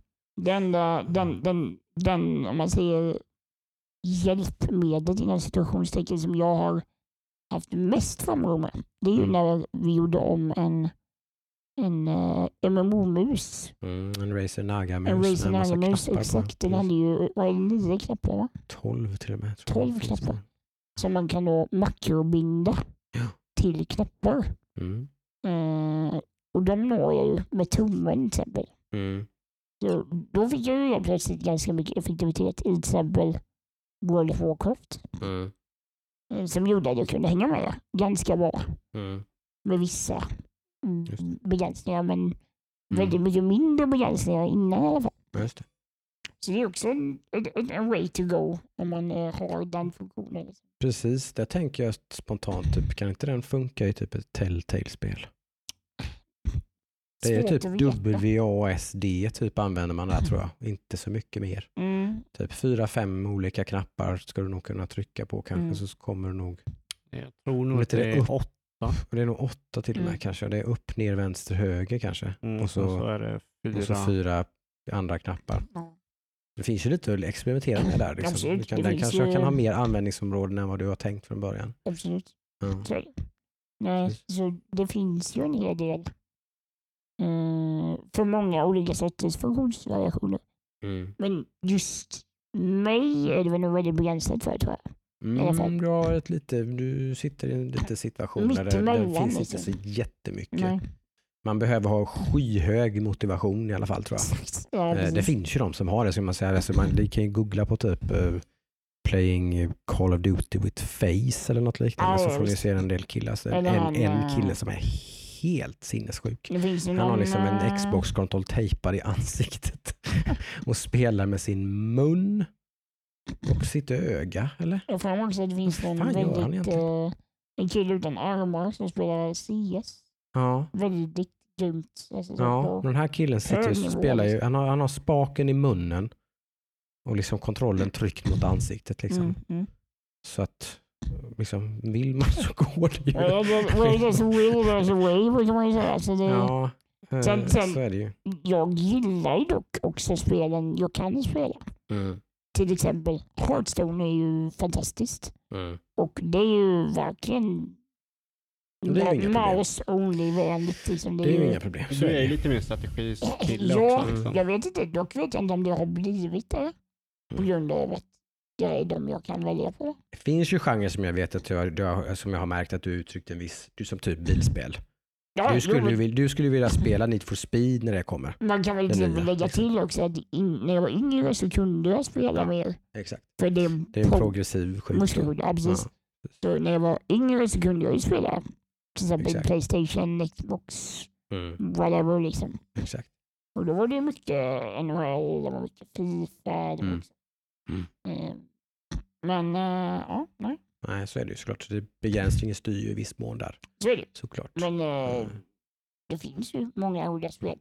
Den om man säger hjälpmedel i den situationstecken som jag har haft mest framgång med, det är ju när vi gjorde om en MMO-mus. En Razer Naga-mus. En Razer Naga-mus, exakt. Den hade ju 9 knappar, va? 12 till och med. 12 knappar. Som man kan då makrobinda till knappar. Och de når jag ju med tummen till exempel. Så då fick jag ju plötsligt ganska mycket effektivitet i till exempel World of Warcraft. Som gjorde att jag kunde hänga med ganska bra. Med vissa begränsningar, men väldigt mycket mindre begränsningar innan i alla fall. Just det. Så det är också en way to go om man har den funktionen. Precis, där tänker jag spontant, typ, kan inte den funka i typ ett Telltale-spel? Det är typ WASD typ använder man där tror jag. Inte så mycket mer. Typ 4-5 olika knappar ska du nog kunna trycka på kanske så kommer du nog. Jag tror nog att det är 8. Det är nog 8 till och med kanske. Det är upp, ner, vänster, höger kanske. Och så är det 4. Och så 4 andra knappar. Det finns ju lite att experimentera med där. Liksom. Den kanske kan ha mer användningsområden än vad du har tänkt från början. Absolut. Så det finns ju en hel del för många olika sorters funktionsvariationer. Men just mig är det väl nog väldigt begränsat för, tror jag. Du sitter i en liten situation där det finns inte så jättemycket. Nej. Man behöver ha skyhög motivation i alla fall, tror jag. Det finns ju de som har det, ska man säga. Alltså man kan ju googla på typ playing Call of Duty with face eller något liknande, så får ni se en del killar. Så en kille som är helt sinnessjuk. Han har liksom en Xbox-kontroll tejpad i ansiktet och spelar med sin mun och sitt öga, eller? Jag får också att det finns någon väldigt en kille utan armar som spelar CS. Ja. Väldigt grymt. Alltså, den här killen sitter och spelar ju, han har spaken i munnen och liksom kontrollen tryckt mot ansiktet liksom. Så att liksom, vill man så går det ju. Kan man ju säga. Alltså sen, så är det ju. Jag gillar ju dock också spelen jag kan spela. Till exempel Hearthstone är ju fantastiskt. Och det är ju verkligen mouse-only-vänligt. Liksom. Det är ju inga problem. Du är lite mer strategiskille också. Liksom. Jag vet inte. Dock vet jag inte om det har blivit det. På grund av att det är de jag kan välja på. Det finns ju genrer som jag vet att som jag har märkt att du uttryckt en viss, du som typ bilspel. Ja, du skulle vilja spela Need for Speed när det kommer. Man kan väl lägga till också att när jag var yngre så kunde jag spela mer. Exakt. För det är en progressiv sjukdom. Ja, precis. Så när jag var yngre så kunde jag spela till exempel PlayStation, Xbox, whatever liksom. Exakt. Och då var det mycket NHL, det var mycket FIFA. Men nej. Nej, så är det ju såklart. Begränsningen styr ju i viss mån där. Så är det. Såklart. Men det finns ju många olika spel.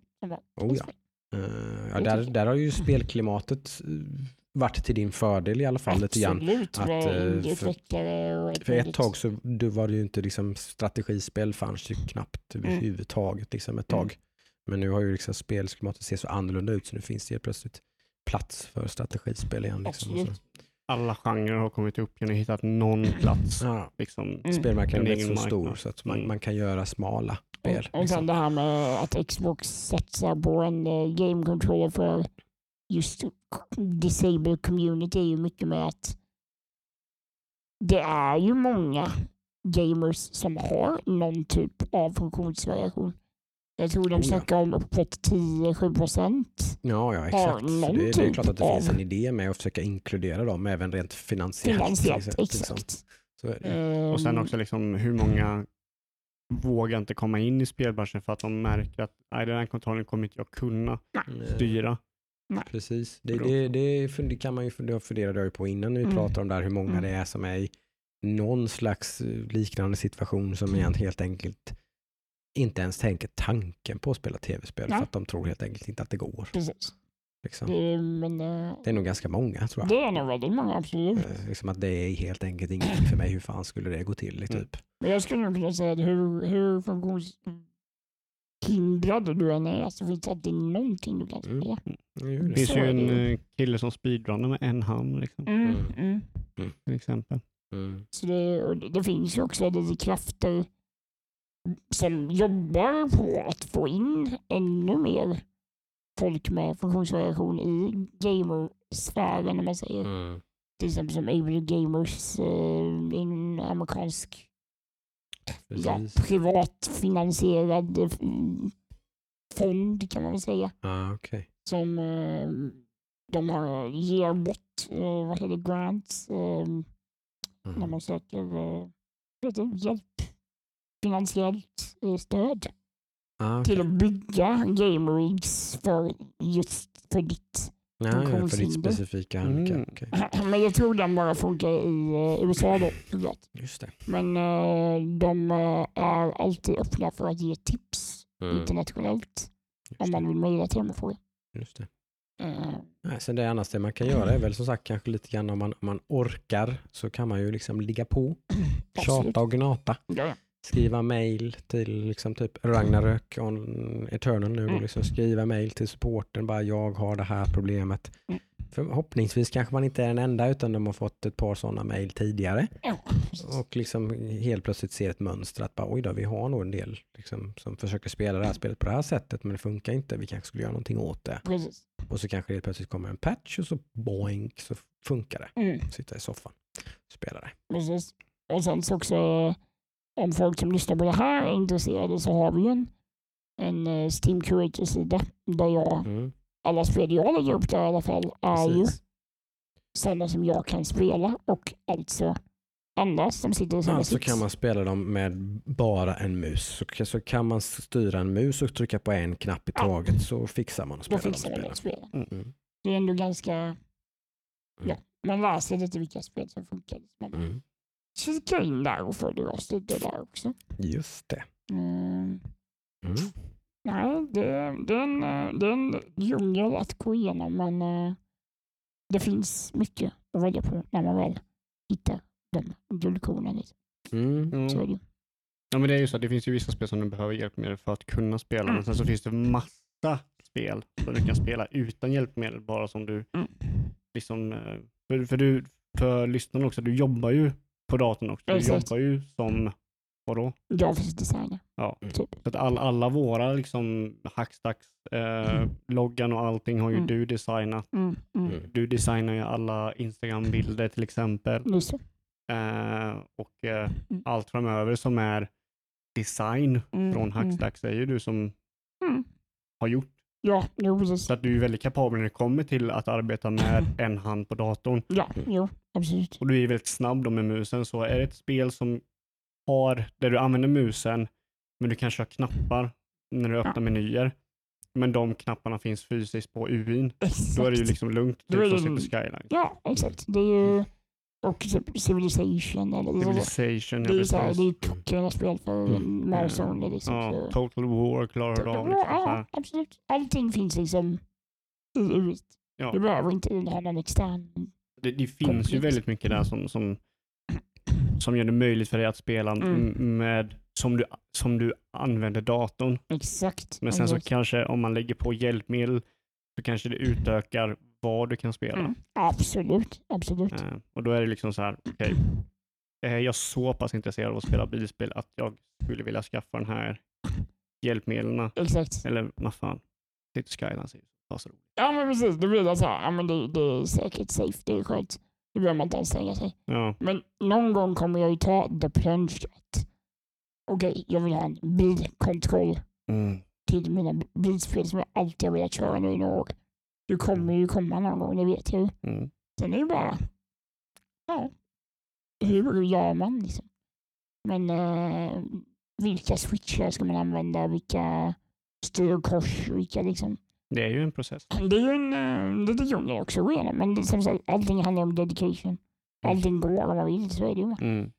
Där har ju spelklimatet varit till din fördel i alla fall. Absolut. För ett tag så var det ju inte liksom, strategispel fanns ju knappt överhuvudtaget liksom ett tag. Men nu har ju liksom spelklimatet ser så annorlunda ut så nu finns det plötsligt plats för strategispel igen. Liksom. Alla genrer har kommit upp igen och hittat någon plats. Liksom, spelmarknaden är så stor så att man kan göra smala spel. Och sen det här med att Xbox satsar på en game controller för just disabled community är ju mycket med att det är ju många gamers som har någon typ av funktionsvariation. Jag tror de snackar om uppåt 10-7%. Ja, exakt. Det är klart att det finns en idé med att försöka inkludera dem även rent finansiellt. Exakt. Och sen också liksom, hur många vågar inte komma in i spelbranschen för att de märker att den här kontrollen kommer inte jag kunna styra. Nej. Precis. Det kan man ju fundera på innan vi pratar om där hur många det är som är i någon slags liknande situation som helt enkelt inte ens tänker tanken på att spela tv-spel för att de tror helt enkelt inte att det går. Precis. Liksom. Det är nog ganska många, tror jag. Det är nog väldigt många, absolut. Liksom att det är helt enkelt ingenting för mig. Hur fan skulle det gå till? Typ. Men jag skulle nog kunna säga att hur funktionshindrad du än är, alltså finns det alltid någonting du kan spela. Det finns ju en kille som speedrunner med en hand. Liksom. Till exempel. Så det finns ju också lite krafter som jobbar på att få in ännu mer folk med funktionsvariation i gamersfären, om man säger. Till exempel som Able Gamers, en amerikansk privatfinansierad fond, kan man väl säga. Okay. Som de ger bort grants när man söker hjälp, finansiellt stöd till att bygga game rigs för ditt för ditt specifika handikapp. Okay. Men jag tror den bara funkar i USA då. Just det. Men de är alltid öppna för att ge tips internationellt om man vill mejla till dem och fråga. Just det. Sen det annars det man kan göra är väl som sagt kanske lite grann om man orkar så kan man ju liksom ligga på, tjata och gnata. Ja. Skriva mejl till liksom typ Ragnarök on Eternal nu och liksom skriva mejl till supporten bara jag har det här problemet. Förhoppningsvis kanske man inte är den enda utan de har fått ett par sådana mejl tidigare. Och liksom helt plötsligt ser ett mönster att bara oj då, vi har nog en del liksom, som försöker spela det här spelet på det här sättet men det funkar inte, vi kanske skulle göra någonting åt det. Precis. Och så kanske helt plötsligt kommer en patch och så boink så funkar det. Sitta i soffan och spela det. Precis. Och sen så också om folk som lyssnar på det här är intresserade så har vi en Steam Curator-sida där jag alla spel jag lägger upp där i alla fall är ju sådana som jag kan spela och alltså andra som sitter i samma sits. Så kan man spela dem med bara en mus. Så kan man styra en mus och trycka på en knapp i taget så fixar man och spelar spelen. Det är ändå ganska man lär sig lite vilka spel som funkar. Man kika in där och följer oss lite där också. Just det. Nej, det är en djungel att gå igenom men det finns mycket att välja på när man väl hittar de guldkornen. Så är det. Ja, men det är ju så att det finns ju vissa spel som du behöver hjälpmedel för att kunna spela. Men sen så finns det massa spel som du kan spela utan hjälpmedel bara som du liksom för lyssnarna också, du jobbar ju på datorn också. Du jobbar ju som vadå? Grafisk designer. Ja. Typ. Så att alla våra liksom Hackstacks loggan och allting har ju du designat. Du designar ju alla Instagram-bilder till exempel. Allt framöver som är design från Hackstacks är ju du som har gjort. Ja, precis. Så att du är väldigt kapabel när det kommer till att arbeta med en hand på datorn. Ja, absolut. Och du är väldigt snabb då med musen. Så är det ett spel som där du använder musen men du kan köra knappar när du öppnar menyer. Men de knapparna finns fysiskt på UI:n. Då är det ju liksom lugnt. Du som sitter Skyline. Ja, exakt. Det är ju och Civilization. Civilization, det är så här, det är tockiga spel för mouse only. Liksom, ja, Total War klarar du av. Ja, absolut. Allting finns liksom i UI:n. Ja. Du behöver inte ha någon extern. Det finns ju väldigt mycket där som gör det möjligt för dig att spela med som du använder datorn. Exakt. Men sen så kanske om man lägger på hjälpmedel så kanske det utökar vad du kan spela. Absolut. Och då är det liksom så här, okej. Jag är så pass intresserad av att spela bilspel att jag skulle vilja skaffa den här hjälpmedlen. Exakt. Eller vad fan, City Skylines är så roligt. Ja men precis, det blir så här, ja, men det är säkert safe, det är skönt. Det behöver man inte anstränga sig. Ja. Men någon gång kommer jag ju ta the plunge att okej, jag vill ha en bilkontroll till mina bilspel som jag alltid har velat köra nu i några år. Det kommer ju komma någon gång, det vet jag ju. Sen är det bara, ja, hur gör man liksom? Men vilka switchar ska man använda? Vilka styrkors? Vilka liksom? Det är ju en process. Det är ju en dedication också att gå igenom. Men som sagt, allting handlar om dedication. Allting går om man vill, så är det ju.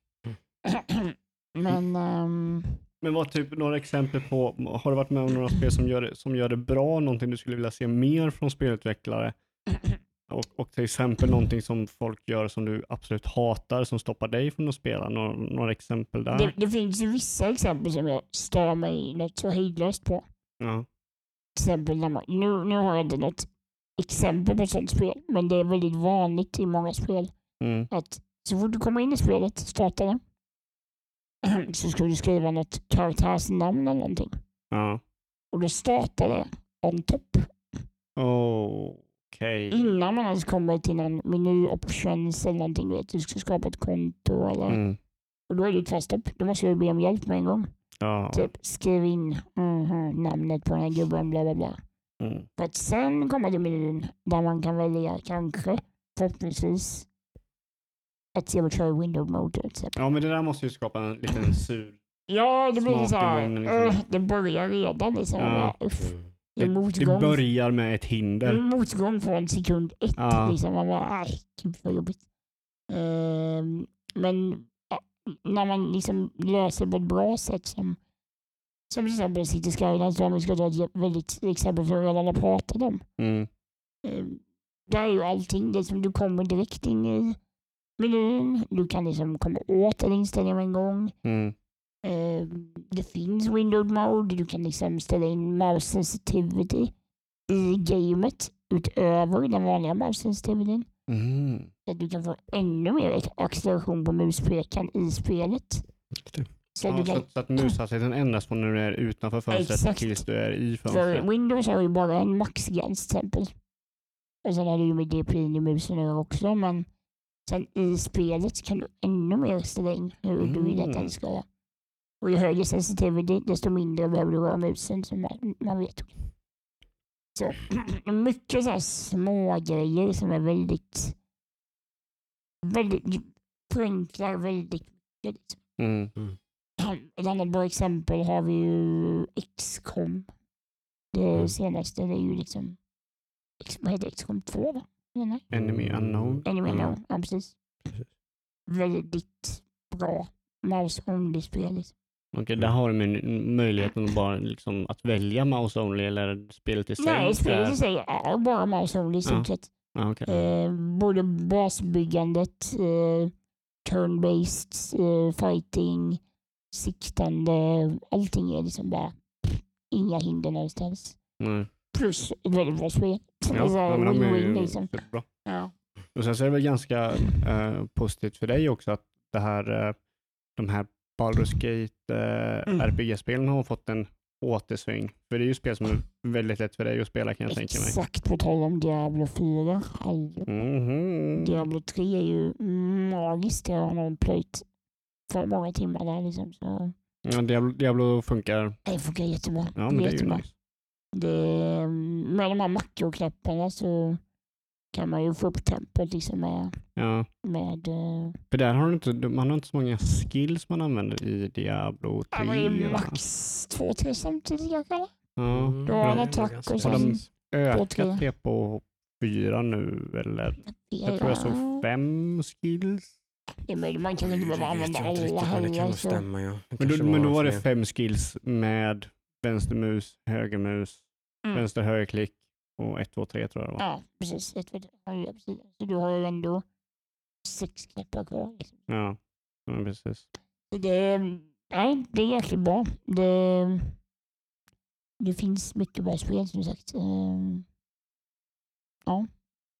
Men vad typ några exempel på, har du varit med om några spel som gör det bra? Någonting du skulle vilja se mer från spelutvecklare? Och till exempel någonting som folk gör som du absolut hatar, som stoppar dig från att spela. Några exempel där? Det finns ju vissa exempel som jag stör mig något så hejdlöst på. Ja. Till exempel, nu har jag inte något exempel på sånt spel, men det är väldigt vanligt i många spel att så fort du kommer in i spelet, startar det, så ska du skriva något karaktärsnamn eller någonting. Ja. Och då startar det on top. Okej. Innan man ens kommer till någon menu options eller någonting, vet du ska skapa ett konto eller och då är det ett fast stopp. Då måste jag be om hjälp med en gång. Ja. Typ skriv in namnet på den här gubben, bla bla bla. För att sen kommer det menyn där man kan välja kanske, förhoppningsvis, att se vad köra window mode. Ja, men det där måste ju skapa en liten sur. Ja, det blir så här, liksom. det börjar redan liksom. Ja. Det börjar med ett hinder. Motgång från sekund 1. Liksom. Man bara, gud vad jobbigt. Men när man liksom löser på ett bra sätt som till exempel City Skylines, om vi ska ta ett väldigt exempel för att alla pratat om. Där är ju allting, det som du kommer direkt in i menyn. Du kan liksom komma åt en inställning med en gång. Det finns window mode, du kan liksom ställa in mouse sensitivity i gamet utöver den vanliga mouse sensitivityn. Så att du kan få ännu mer acceleration på muspekan i spelet. Så att mushastigheten ändras från när du är utanför fönstret tills du är i fönstret. För Windows har ju bara en maxgräns till exempel. Och sen har du ju med DPI i musen också, men sen i spelet kan du ännu mer ställa in hur du vill att den ska vara. Och ju högre sensitivity, desto mindre behöver du röra musen, som man vet. Så mycket så här små grejer som är väldigt förenklar väldigt mycket. Ett annat bra exempel har vi ju XCOM. Det senaste, det är ju liksom, vad heter XCOM 2 va? Enemy Unknown. Enemy Unknown, ja precis. Väldigt bra mouse-only-spel. Liksom. Okej, där har du möjligheten att bara liksom att välja mouse-only eller spelet i sig? Nej, spelet i sig är bara mouse-only i stort sett. Både basbyggandet, turn-based, fighting, siktande, allting är liksom bara inga hinder någonstans. Plus ett väldigt bra spel. Men de är ju liksom. superbra. Ja. Och sen så är det väl ganska positivt för dig också att det här, de här Baldur's Gate RPG-spelen har fått en återsving. För det är ju spel som är väldigt lätt för dig att spela, kan jag tänka mig. Exakt, på tal om Diablo 4. Diablo 3 är ju magiskt. Jag har nog plöjt för många timmar där liksom. Så. Ja, Diablo funkar. Det funkar jättebra. Ja, men det är ju nice. Med de här makroknapparna så kan man ju få upp tempot liksom med för där har man har inte så många skills man använder i Diablo 3. Ja, men det är max 2-3 samtidigt kanske. Ja. Då har en attack och sen har de ökat det på 4 nu eller? Jag tror jag såg 5 skills. Det är möjligt, man kan inte behöva använda alla heller. Det kan stämma, ja. Men då var det 5 skills med vänstermus, högermus, vänster högerklick och 1, 2, 3 tror jag det var. Ja, precis. 1, 2, 3. Ja, precis. Så du har ju ändå 6 knappar kvar. Liksom. Ja, precis. Så det är jäkligt bra. Det finns mycket bra spel som sagt. Ja.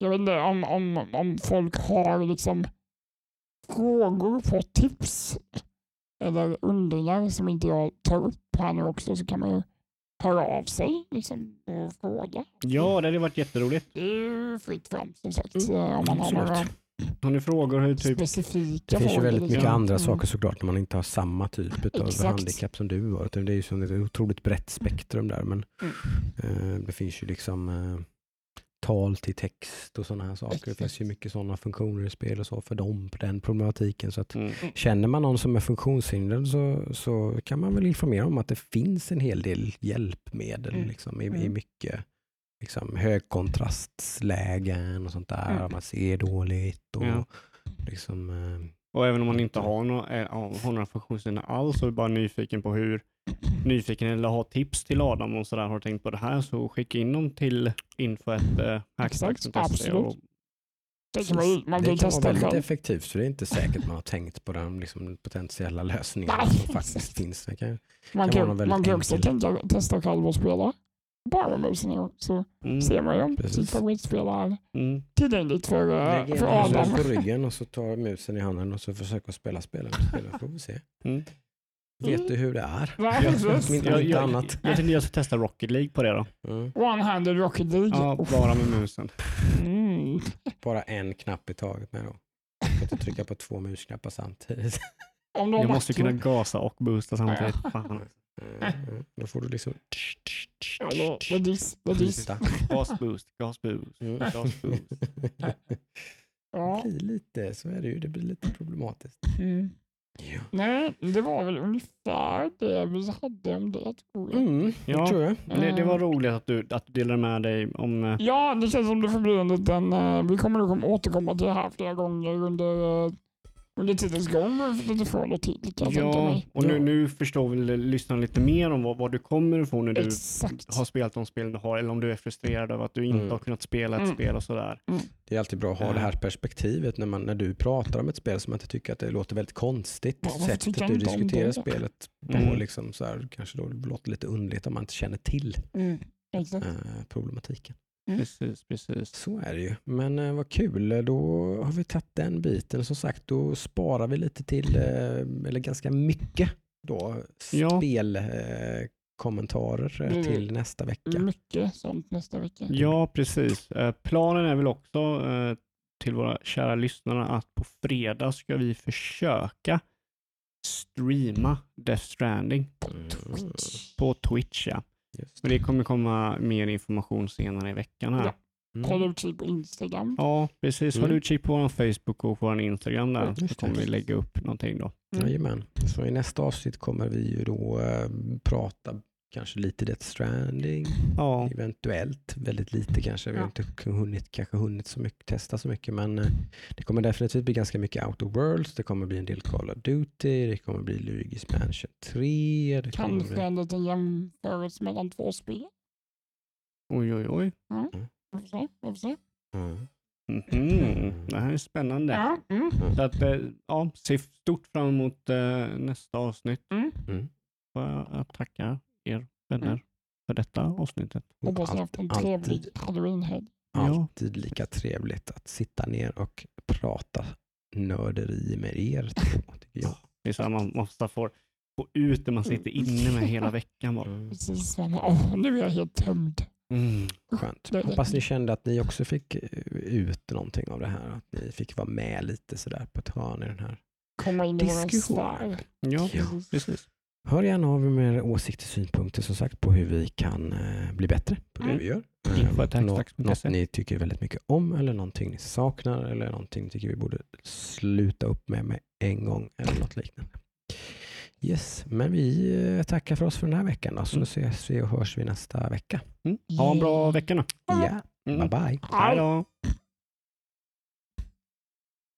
Jag vet inte om folk har liksom frågor på tips eller undringar som inte jag tar upp här nu också, så kan man ju höra av sig liksom, och fråga. Ja, det hade varit jätteroligt. Det är ju fritt fram som sagt. Om man har några har ni frågor hur typ specifika. Det finns ju väldigt mycket liksom. andra saker såklart när man inte har samma typ av Exakt. handikapp som du har. Det är ju som ett otroligt brett spektrum där, men det finns ju liksom tal till text och sådana här saker. Exakt. Det finns ju mycket sådana funktioner i spel och så för dem på den problematiken. Så att känner man någon som är funktionshindrad så kan man väl informera om att det finns en hel del hjälpmedel liksom, i mycket liksom, högkontrastlägen och sånt där. Man ser dåligt och liksom... och även om man inte har några funktionshinder alls och är bara nyfiken på nyfiken eller har tips till Adam och sådär, har tänkt på det här, så skicka in dem till info@hackstacks.se. Absolut. Det kan vara väldigt effektivt, så det är inte säkert man har tänkt på den liksom, potentiella lösningen som faktiskt finns. Man kan också testa själv och spela bara musen, så ser man ju om sitt favoritspelare tillgängligt för Adam. På ryggen och så tar musen i handen och så försöker spela får vi se. Vet du hur det är? Jag tänkte jag ska testa Rocket League på det då. One-handed Rocket League. Ja, bara med musen. Bara en knapp i taget med då. Jag kan inte trycka på 2 musknappar samtidigt. Jag måste kunna gasa och boosta samtidigt. Då får du liksom... Gas boost. Det blir lite, så är det ju. Det blir lite problematiskt. Ja. Nej, det var väl ungefär det vi hade om det. Ja, tror jag. Det var roligt att du delade med dig om... Ja, det känns som det får bli en liten... Vi kommer nog återkomma till det här flera gånger under tidens gång. Lite från och till. Ja, och nu förstår väl lyssna lite mer om vad du kommer ifrån när du har spelat de spel du har, eller om du är frustrerad över att du inte har kunnat spela ett spel och sådär. Det är alltid bra att ha det här perspektivet när du pratar om ett spel som man inte tycker att det låter väldigt konstigt. Sättet du diskuterar spelet på liksom så här, kanske då låter lite underligt om man inte känner till problematiken. Precis. Så är det ju. Men vad kul, då har vi tagit den biten. Som sagt, då sparar vi lite till, eller ganska mycket då, spelkommentarer till nästa vecka. Mycket sånt nästa vecka. Ja, precis. Planen är väl också till våra kära lyssnare att på fredag ska vi försöka streama Death Stranding på Twitch. Ja. Och det kommer komma mer information senare i veckan här. Håll utkik på Instagram. Ja, precis. Håll utkik på vår Facebook och på vår Instagram där. Så kommer vi lägga upp någonting då. Jajamän. Så i nästa avsnitt kommer vi ju då prata kanske lite Death Stranding. Ja. Eventuellt. Väldigt lite kanske. Vi har inte hunnit så mycket, testa så mycket. Men det kommer definitivt bli ganska mycket Outer Worlds. Det kommer bli en del Call of Duty. Det kommer bli Luigi's Mansion 3. Kanske en liten jämförelse mellan 2 spel. Oj. Vi får se. Det här är spännande. Så att, se stort fram emot nästa avsnitt. Jag tackar er vänner för detta avsnittet. Hoppas ni har haft en trevlig Halloween-helg. Alltid lika trevligt att sitta ner och prata nörderi med er två, tycker jag. Det är så att man måste få ut det man sitter inne med hela veckan. Precis. Nu är jag helt tömd. Skönt. Hoppas ni kände att ni också fick ut någonting av det här. Att ni fick vara med lite sådär på ett hörn i den här diskussionen. Ja, precis. Hör gärna av med åsikter och synpunkter som sagt på hur vi kan bli bättre på det vi gör. Något ni tycker väldigt mycket om eller någonting ni saknar eller någonting ni tycker vi borde sluta upp med en gång eller något liknande. Yes, men vi tackar för oss för den här veckan då, så ses vi och hörs vi nästa vecka. Ha en bra vecka nu. Ja, bye bye. Hej då.